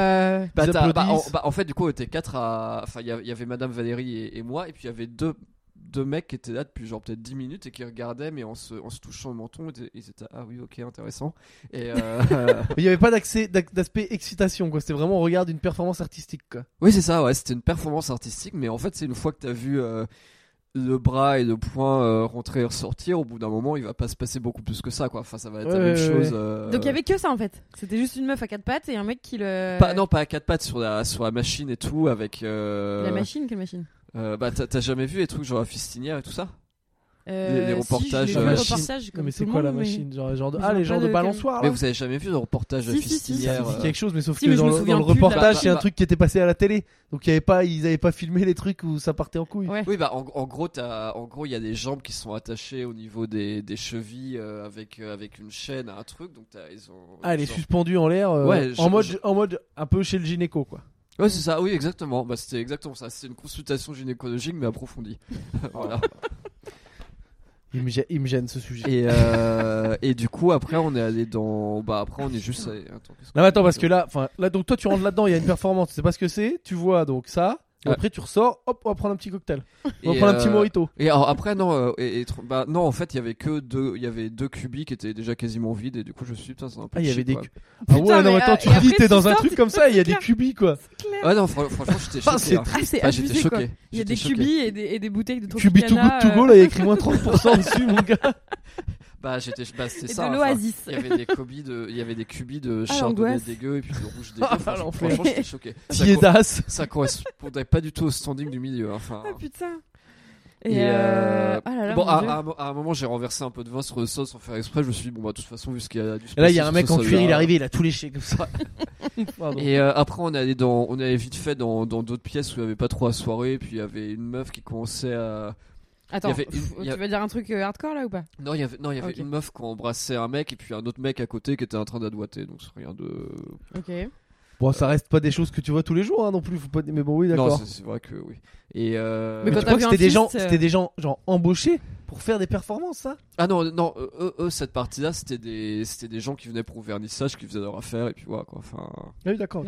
En fait du coup on était 4 à, enfin il y avait Madame Valérie et moi, et puis il y avait deux mecs qui étaient là depuis genre peut-être 10 minutes et qui regardaient, mais en se touchant le menton, ils étaient ah oui, ok, intéressant. Et il y avait pas d'aspect excitation quoi, c'était vraiment on regarde une performance artistique quoi. Oui, c'est ça, ouais, c'était une performance artistique, mais en fait c'est une fois que t'as vu le bras et le poing rentrer et ressortir, au bout d'un moment il va pas se passer beaucoup plus que ça quoi, enfin ça va être la même chose. Donc il y avait que ça en fait, c'était juste une meuf à 4 pattes et un mec qui le... Pas à 4 pattes, sur la machine et tout, avec La machine, quelle machine? Bah t'as jamais vu les trucs genre la fistinière et tout ça? Les reportages. Si, reportages mais c'est quoi la machine? Genre de... les genres de balançoires. Mais vous avez jamais vu le reportage de la fistinière? C'est quelque chose, mais sauf que dans le reportage, c'est un truc qui était passé à la télé. Donc ils avaient pas filmé les trucs où ça partait en couille. Ouais. Oui, bah en gros il y a des jambes qui sont attachées au niveau des chevilles avec une chaîne à un truc. Donc ils ont. Elle est suspendue en l'air, en mode un peu chez le gynéco quoi. Ouais, c'est ça, oui, exactement. Bah, c'était exactement ça. C'est une consultation gynécologique, mais approfondie. Voilà. Il me gêne ce sujet. Et du coup, après, on est allé dans. Bah, après, on est juste. Attends, parce que là, donc toi, tu rentres là-dedans, il y a une performance. Tu sais pas ce que c'est. Tu vois donc ça. Et après, tu ressors. Hop, on va prendre un petit cocktail. On va prendre un petit mojito. Et alors, après, non. Non, en fait, il y avait deux cubis qui étaient déjà quasiment vides. Et du coup, je suis putain, c'est un peu. Il y avait des. Ah ouais, non, attends, tu te dis, t'es dans un truc comme ça, il y a des cubis quoi. Ouais, non, franchement, j'étais choqué. J'étais choqué. Il y a des cubis et des bouteilles de Tropicana. Cubis to go, là, il y a écrit moins 30% dessus, mon gars. Bah c'était ça. De l'oasis. Il y avait des cubis de chardonnay dégueu et puis de rouge dégueu. Franchement, j'étais choqué. Ça correspondait pas du tout au standing du milieu. Enfin. Ah putain. Bon, à un moment, j'ai renversé un peu de vin sur le sol sans faire exprès. Je me suis dit, bon, bah, de toute façon, vu ce qu'il y a du. Et là, il y a un mec en cuir, il est arrivé, il a tout léché comme ça. Et après, on allait vite fait dans d'autres pièces où il y avait pas trop à soirée. Et puis, il y avait une meuf qui commençait à. Attends, tu vas dire un truc hardcore là ou pas? Non, il y avait une meuf qui embrassait un mec et puis un autre mec à côté qui était en train d'adouater, donc c'est rien de. Ok. Bon, ça reste pas des choses que tu vois tous les jours non plus, faut pas. Mais bon, oui, d'accord. Non, c'est vrai que oui. Et mais quand tu crois que c'était des gens genre embauchés pour faire des performances, ça? Ah non, eux, cette partie-là, c'était des gens qui venaient pour le vernissage, qui faisaient leur affaire et puis voilà quoi. Enfin. Oui, d'accord.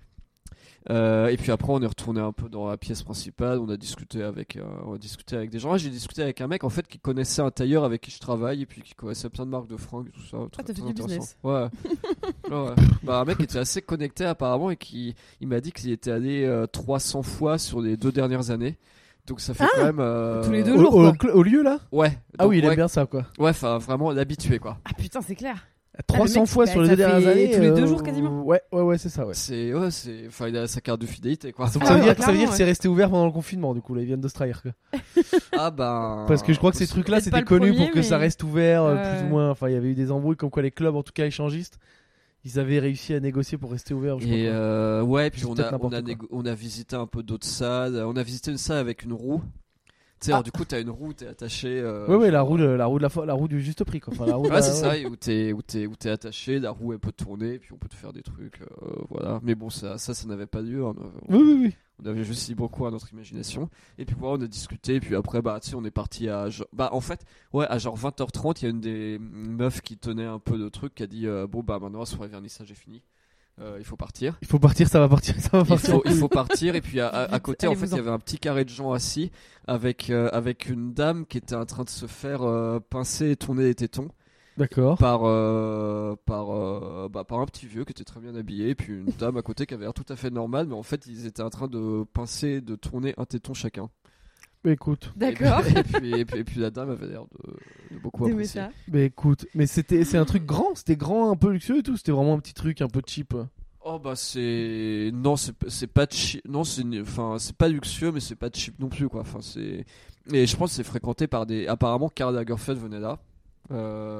Et puis après on est retourné un peu dans la pièce principale, on a discuté avec des gens. J'ai discuté avec un mec en fait qui connaissait un tailleur avec qui je travaille et puis qui connaissait plein de marques de fringues et tout ça. T'as fait du business. Ouais. Bah, un mec qui était assez connecté apparemment et il m'a dit qu'il était allé 300 fois sur les 2 dernières années. Donc ça fait quand même tous les 2 jours au lieu là. Ouais. Ah oui, il aime bien ça quoi. Ouais, enfin vraiment l'habitué quoi. Ah putain, c'est clair. 300 fois sur les 2 dernières années. Tous les 2 jours quasiment. Ouais, c'est ça, ouais. Enfin, il a sa carte de fidélité, quoi. Donc ça veut dire que c'est resté ouvert pendant le confinement, du coup, là, ils viennent de se trahir, quoi. Ah ben. Parce que je crois que ces trucs-là, c'était connu pour que ça reste ouvert, plus ou moins. Enfin, il y avait eu des embrouilles comme quoi les clubs, en tout cas échangistes, ils avaient réussi à négocier pour rester ouverts. Et puis on a visité un peu d'autres salles. On a visité une salle avec une roue. Tu sais, alors, du coup, t'as une roue, t'es attaché. La roue du juste prix, quoi. Enfin, la roue. C'est ça, où t'es attaché, la roue elle peut tourner, puis on peut te faire des trucs, voilà. Mais bon, ça n'avait pas lieu. Hein. Oui. On avait juste beaucoup à notre imagination. Et puis voilà, on a discuté, et puis après, bah, tu sais, on est parti à genre 20h30, il y a une des meufs qui tenait un peu de truc qui a dit, bon, bah, maintenant, la soirée vernissage est finie. Il faut partir. Ça va partir. Il faut partir. Et puis à côté, en fait, il y avait un petit carré de gens assis avec une dame qui était en train de se faire pincer et tourner les tétons. D'accord. Par un petit vieux qui était très bien habillé, et puis une dame à côté qui avait l'air tout à fait normale, mais en fait, ils étaient en train de pincer, de tourner un téton chacun. Écoute. D'accord. Et puis la dame avait l'air de beaucoup apprécier. Ça. Mais écoute, c'est un truc grand, c'était grand, un peu luxueux et tout, c'était vraiment un petit truc un peu cheap. Oh bah c'est pas cheap, non c'est pas luxueux mais c'est pas cheap non plus quoi. Enfin et je pense que c'est fréquenté par apparemment Karl Lagerfeld venait là.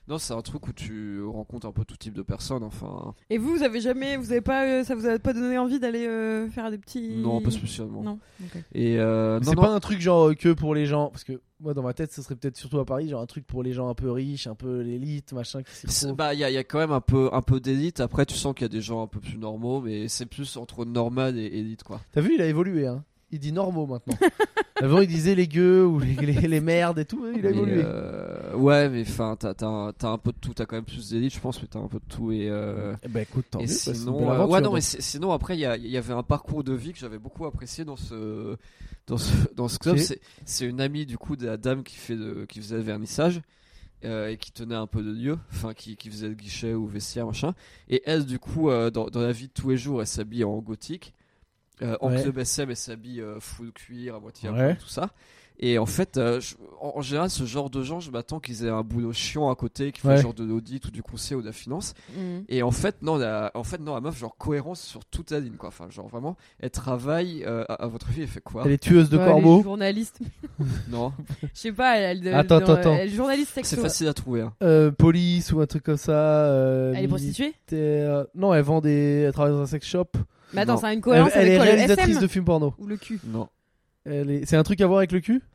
Non, c'est un truc où tu rencontres un peu tout type de personnes, enfin. Et vous avez pas, ça vous a pas donné envie d'aller faire des petits... Non, pas spécialement. Non. Okay. Et c'est pas un truc genre que pour les gens, parce que moi dans ma tête, ce serait peut-être surtout à Paris, genre un truc pour les gens un peu riches, un peu l'élite, machin. Bah, il y a quand même un peu d'élite. Après, tu sens qu'il y a des gens un peu plus normaux, mais c'est plus entre normal et élite, quoi. T'as vu, il a évolué, hein. Il dit normaux maintenant. Avant, il disait les gueux ou les merdes et tout. Il a évolué. Ouais, mais enfin, t'as un peu de tout. T'as quand même plus d'élite, je pense, mais t'as un peu de tout. Et bah écoute, tant mieux. Sinon, ouais, non, mais sinon après, il y avait un parcours de vie que j'avais beaucoup apprécié dans ce club. C'est une amie du coup de la dame qui faisait le vernissage. Et qui tenait un peu de lieu, enfin qui faisait le guichet ou vestiaire machin. Et elle, du coup, dans la vie de tous les jours, elle s'habille en gothique. En club SM, elle s'habille full cuir, à moitié tout ça. Et en fait, en général, ce genre de gens, je m'attends qu'ils aient un boulot chiant à côté, qui fait genre de l'audit ou du conseil ou de la finance. Et en fait, non, la meuf, genre cohérence sur toute la ligne, quoi. Enfin, genre vraiment, elle travaille. À votre avis, elle fait quoi? Elle est tueuse de corbeaux. Elle est journaliste. Non. Je sais pas. Attends. Elle est journaliste sexo. C'est facile à trouver. Hein. Police ou un truc comme ça. Elle est prostituée? Non, elle vend elle travaille dans un sex shop. Mais attends, ça a une cohérence elle avec quoi, est réalisatrice de films porno. Ou le cul? Non. C'est un truc à voir avec le cul?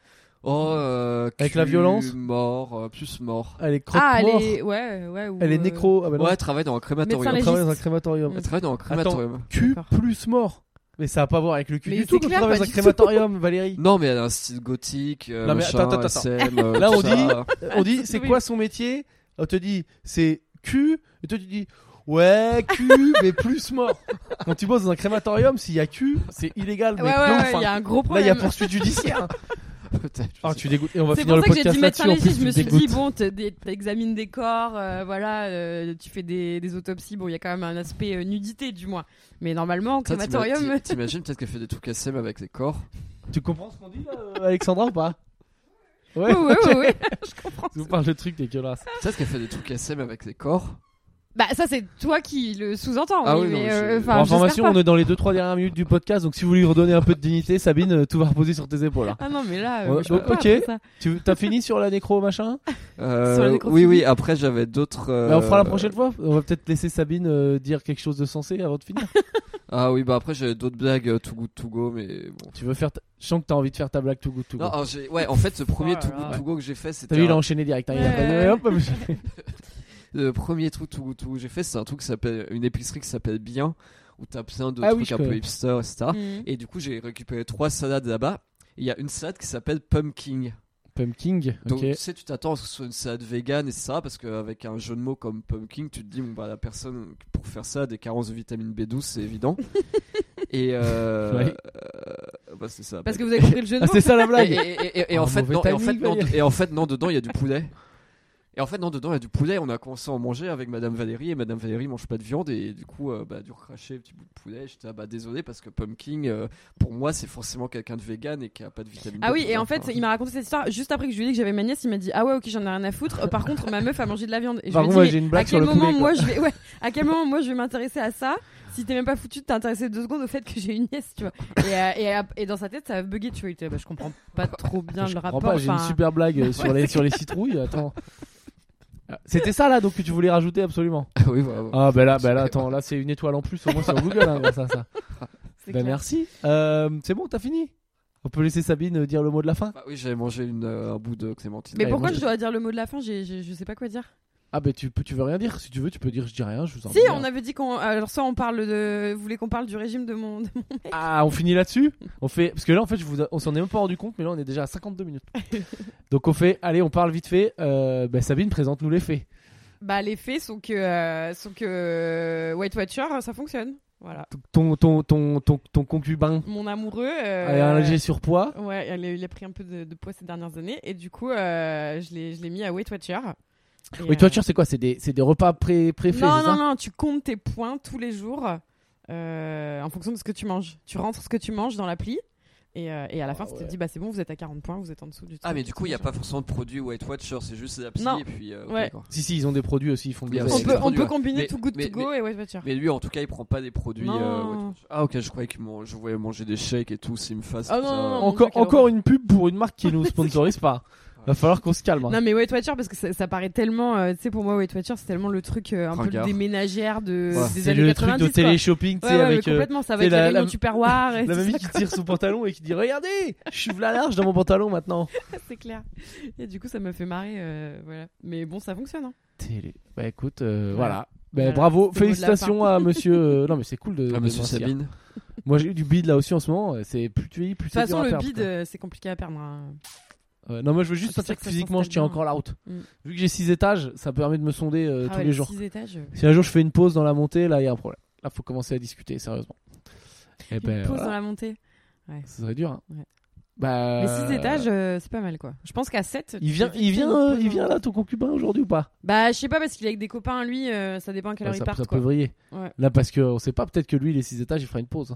Avec la violence? Mort, plus mort. Elle est croque-mort. Elle est nécro. Ouais, elle travaille dans un crématorium. Elle travaille dans un crématorium. Elle travaille dans un crématorium. Attends, cul plus mort. Mais ça n'a pas à voir avec le cul du tout quand tu travailles dans un crématorium, Valérie. Non, mais elle a un style gothique. Non, mais attends. SM, là, on dit, c'est quoi son métier? On te dit, c'est cul. Et toi, tu dis, ouais, cul, mais plus mort. Quand tu bosses dans un crématorium, s'il y a cul, c'est illégal. Ouais, il y a un gros problème. Là, il y a poursuite judiciaire. Peut-être. Tu dégoûtes. Et on va finir le podcast là-dessus. C'est pour ça que j'ai dit médecin légiste. Je me suis dit, bon, t'examines des corps, voilà, tu fais des autopsies. Bon, il y a quand même un aspect nudité, du moins. Mais normalement, crématorium. T'imagines peut-être qu'elle fait des trucs SM avec les corps. Tu comprends ce qu'on dit là, Alexandra, ou pas? Ouais. Je comprends. Je vous parle de trucs dégueulasses. Peut-être qu'elle fait des trucs SM avec les corps. Bah ça c'est toi qui le sous-entends. Ah oui, mais pour information, on est dans les 2-3 dernières minutes du podcast, donc si vous voulez lui redonner un peu de dignité, Sabine, tout va reposer sur tes épaules. Hein. Ah non mais là, ok. T'as fini sur la nécro machin? Oui. Après j'avais d'autres. On fera la prochaine fois. On va peut-être laisser Sabine dire quelque chose de sensé avant de finir. Ah oui, bah après j'avais d'autres blagues too good to go, mais bon. Tu veux faire je sens que t'as envie de faire ta blague too good to go. Non, en fait ce premier too good to go que j'ai fait, c'était. T'as vu, il a enchaîné direct. Le premier truc tout que j'ai fait, c'est un truc qui s'appelle une épicerie qui s'appelle Bien, où t'as plein de trucs un peu hipster, etc. Et du coup, j'ai récupéré 3 salades là-bas. Il y a une salade qui s'appelle Pumpkin. Donc tu sais, tu t'attends à ce que ce soit une salade vegan et ça, parce qu'avec un jeu de mots comme Pumpkin, tu te dis, bon, bah, la personne pour faire ça a des carences de vitamine B12, c'est évident. Et bah, c'est ça. Parce que vous avez compris le jeu de mots. C'est ça la blague. Et en fait, non, dedans il y a du poulet. Et en fait, non, dedans il y a du poulet. On a commencé à en manger avec Madame Valérie, et Madame Valérie mange pas de viande, et du coup, du recracher, petit bout de poulet. J'étais désolé, parce que Pumpkin, pour moi, c'est forcément quelqu'un de vegan et qui a pas de vitamine. Ah oui, et en fait, il m'a raconté cette histoire juste après que je lui ai dit que j'avais ma nièce. Il m'a dit, ah ouais, ok, j'en ai rien à foutre. Par contre, ma meuf a mangé de la viande. Et je lui ai dit, j'ai une blague sur le poulet, à quel moment moi je vais m'intéresser à ça? Si t'es même pas foutu de t'intéresser 2 secondes au fait que j'ai une nièce, tu vois. Et dans sa tête, ça a bugué, tu vois. Il était, je comprends pas trop bien le rapport. J'ai une super blague sur les citrouilles. Attends. C'était ça là donc que tu voulais rajouter absolument. Oui, voilà. Ah bah là attends, là c'est une étoile en plus au moins sur Google hein, grâce à ça. Bah merci. C'est bon, t'as fini? On peut laisser Sabine dire le mot de la fin? Bah oui, j'avais mangé un bout de clémentine. Mais pourquoi je dois dire le mot de la fin? Je sais pas quoi dire. Ah bah tu veux rien dire, si tu veux tu peux dire je dis rien, je vous en Si, on avait dit alors ça on parle vous voulez qu'on parle du régime de mon mec. Ah, on finit là-dessus? On fait parce que là en fait on s'en est même pas rendu compte, mais là on est déjà à 52 minutes. Donc on fait, on parle vite fait. Sabine, présente-nous les faits. Bah les faits sont que Weight Watcher ça fonctionne. Voilà. Ton concubin. Mon amoureux. Elle a un léger surpoids. Ouais, il a pris un peu de poids ces dernières années, et du coup je l'ai mis à Weight Watcher. Weight Watcher, c'est quoi? C'est des repas préfaits, c'est ça? Non, tu comptes tes points tous les jours en fonction de ce que tu manges. Tu rentres ce que tu manges dans l'appli, et à la fin, ça te dit, bah c'est bon, vous êtes à 40 points, vous êtes en dessous du truc. Ah, mais du coup, il n'y a pas forcément de produit Weight Watcher, c'est juste l'appli, et puis. Ouais. Si, ils ont des produits aussi, ils font bien. On peut combiner Too Good To Go et Weight Watcher. Mais lui, en tout cas, il prend pas des produits. Ah, ok, je croyais je voyais manger des shakes et tout, s'il me fasse. Ah non, encore une pub pour une marque qui nous sponsorise pas. Va falloir qu'on se calme. Hein. Non mais Weight Watcher parce que ça paraît tellement, tu sais pour moi Weight Watcher c'est tellement le truc un peu des ménagères des années 90. C'est le truc de télé-shopping, tu sais, avec complètement, ça va être la réunion Tupperware. La mamie qui tire son pantalon et qui dit regardez, je suis v'là large dans mon pantalon maintenant. C'est clair. Et du coup ça m'a fait marrer, voilà. Mais bon ça fonctionne. Hein. Télé. Bah écoute, voilà. Bah, bravo, félicitations à monsieur. Non mais c'est cool de. Monsieur Sabine. Moi j'ai eu du bide là aussi en ce moment. C'est plus tu vieillis, plus c'est dur à perdre. De toute façon le bide c'est compliqué à perdre. Hein. Non, moi je veux juste dire que physiquement je tiens encore la route. Vu que j'ai 6 étages, ça permet de me sonder tous les jours. 6 étages. Si un jour je fais une pause dans la montée, là il y a un problème. Là faut commencer à discuter sérieusement. Une pause dans la montée. Ouais. Ça serait dur. Hein. Ouais. Bah, mais 6 étages, c'est pas mal quoi. Je pense qu'à 7. Il vient là ton concubin aujourd'hui ou pas? Bah je sais pas parce qu'il est avec des copains lui, ça dépend à quelle heure il part. Ça peut vriller. Ouais. Là parce qu'on sait pas, peut-être que lui les 6 étages il fera une pause.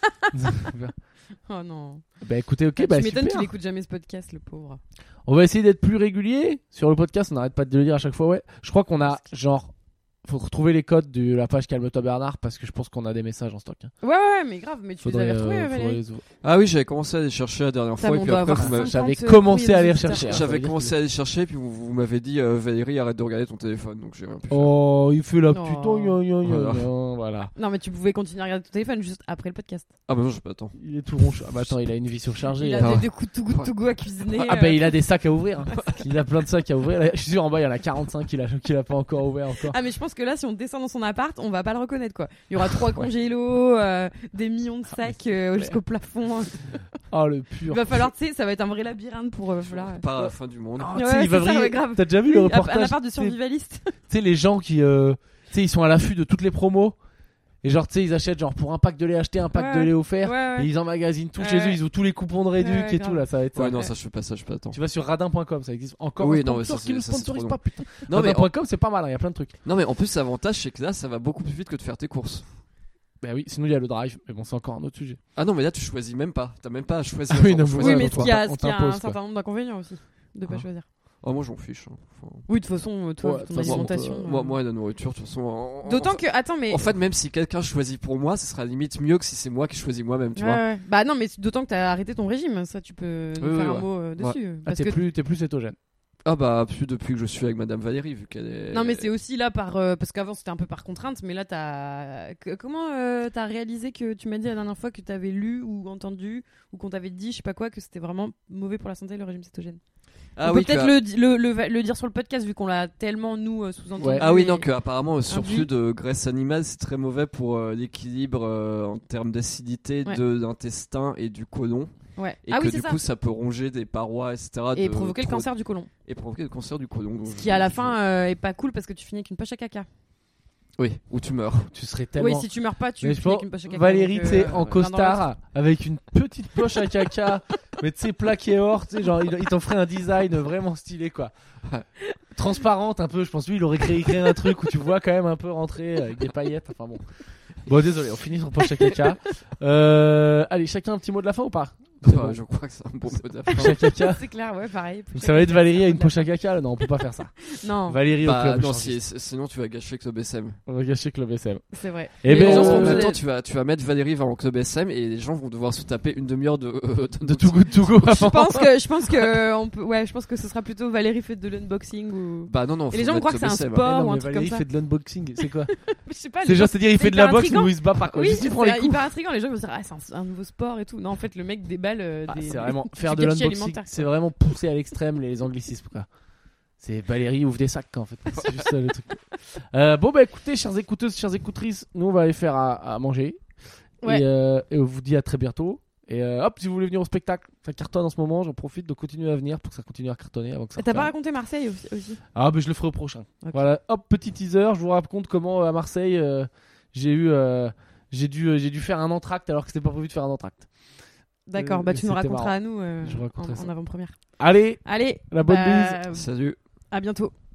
Oh non. Bah écoutez, ok, bah tu m'étonnes qu'il écoute jamais ce podcast, le pauvre. On va essayer d'être plus régulier sur le podcast, on n'arrête pas de le dire à chaque fois, ouais. Je crois qu'on a genre faut retrouver les codes de la page Calme-toi Bernard parce que je pense qu'on a des messages en stock. Hein. Ouais, mais grave, mais tu les avais retrouvés, Valérie. Ah oui, j'avais commencé à les chercher la dernière fois et puis après j'avais commencé à les rechercher. J'avais commencé à les chercher puis vous m'avez dit Valérie arrête de regarder ton téléphone donc j'ai rien pu faire. Oh, il fait la petite voilà. Non, mais tu pouvais continuer à regarder ton téléphone juste après le podcast. Ah bah non, j'ai pas le temps. Il est tout ronchon. Ah bah attends, il a une vie surchargée. Il a des coups de goût à cuisiner. Ah bah il a des sacs à ouvrir. Il a plein de sacs à ouvrir. Je suis sûr en bas il y en a 45 qu'il a pas encore ouvert encore. Ah mais je pense que là si on descend dans son appart, on va pas le reconnaître quoi. Il y aura 3 congélos, des millions de sacs jusqu'au plafond. Oh le pur. Il va falloir, tu sais, ça va être un vrai labyrinthe pour pas à la fin du monde. Oh, il va vriller. Grave. T'as déjà vu le reportage? Un appart de survivaliste. Tu sais les gens qui, tu sais, ils sont à l'affût de toutes les promos. Et genre tu sais ils achètent genre pour un pack de lait acheté, un pack de lait offert, et ils emmagasinent tout chez eux, ils ont tous les coupons de réduc et tout là, ça va être ça. Ouais non, ça je fais pas ça, je fais pas attends. Tu vas sur radin.com, ça existe encore. Oui, non mais ça qui ne sponsorise pas putain. Non radin.com c'est pas mal, il y a plein de trucs. Non mais en plus l'avantage c'est que là ça va beaucoup plus vite que de faire tes courses. Bah oui, sinon il y a le drive, mais bon c'est encore un autre sujet. Ah non mais là tu choisis même pas, t'as même pas à choisir. Oui, mais il y a un certain nombre d'inconvénients aussi de pas choisir. Oh moi j'en fiche. Oui de toute façon toi ton alimentation. Moi la nourriture de toute façon. D'autant que attends mais. En fait même si quelqu'un choisit pour moi, ce sera limite mieux que si c'est moi qui choisis moi-même, tu vois. Bah non mais d'autant que t'as arrêté ton régime, ça tu peux faire un mot dessus. Parce que t'es plus cétogène. Ah bah plus depuis que je suis avec Madame Valérie vu qu'elle est. Non mais c'est aussi là parce qu'avant c'était un peu par contrainte, mais là comment t'as réalisé que tu m'as dit la dernière fois que t'avais lu ou entendu ou qu'on t'avait dit je sais pas quoi que c'était vraiment mauvais pour la santé le régime cétogène. On peut peut-être le dire sur le podcast vu qu'on l'a tellement nous sous-entendu. Ouais. Ah oui non que apparemment surplus de graisse animale c'est très mauvais pour l'équilibre en termes d'acidité de l'intestin et du côlon. Ouais. Et que du coup ça peut ronger des parois etc. Et provoquer le cancer du côlon. Et provoquer le cancer du côlon. Ce qui à la fin est pas cool parce que tu finis avec une poche à caca. Oui, ou tu meurs. Tu serais tellement. Oui, si tu meurs pas, tu finis avec une poche à caca. Valérie, tu sais, en costard, avec une petite poche à caca, mais tu sais, plaqué or, tu sais, genre, il t'en ferait un design vraiment stylé, quoi. Transparente un peu, je pense, lui, il aurait créé un truc où tu vois quand même un peu rentrer avec des paillettes, enfin bon. Bon, désolé, on finit sur poche à caca. Allez, chacun un petit mot de la fin ou pas? Je crois que c'est un bon mot de la fin. Poche à caca. C'est clair, ouais, pareil. Ça va être Valérie à une poche à caca là? Non, on peut pas faire ça. Non. Valérie au club. Non, sinon tu vas gâcher Club SM. On va gâcher Club SM. C'est vrai. Et ben, en même temps, tu vas mettre Valérie vers Club SM et les gens vont devoir se taper une demi-heure de Too Good To Go. Je pense que ce sera plutôt Valérie fait de l'unboxing ou. Bah non. Et les gens vont croire que c'est un sport ou un truc comme ça. Valérie fait de l'unboxing, c'est quoi? Je sais pas. C'est genre, c'est-à-dire il fait de la boxe ou il se bat pas quoi. Oui, c'est hyper intriguant. Les gens vont se dire c'est un nouveau sport et tout. Non, en fait, le mec déballe des. Faire de l'unboxing, c'est vraiment poussé à l'extrême les anglicismes quoi. C'est Valérie ouvre des sacs en fait. C'est juste ça le truc. Bon bah écoutez, chères écouteuses, chères écoutrices, nous on va aller faire à manger. Ouais. Et on vous dit à très bientôt. Et hop, si vous voulez venir au spectacle, ça cartonne en ce moment, j'en profite de continuer à venir pour que ça continue à cartonner avant que ça. T'as pas raconté Marseille aussi? Ah bah je le ferai au prochain. Okay. Voilà, hop, petit teaser, je vous raconte comment à Marseille j'ai dû faire un entracte alors que c'était pas prévu de faire un entracte. D'accord, tu nous raconteras à nous en avant-première. Allez, la bonne bise. Salut. À bientôt.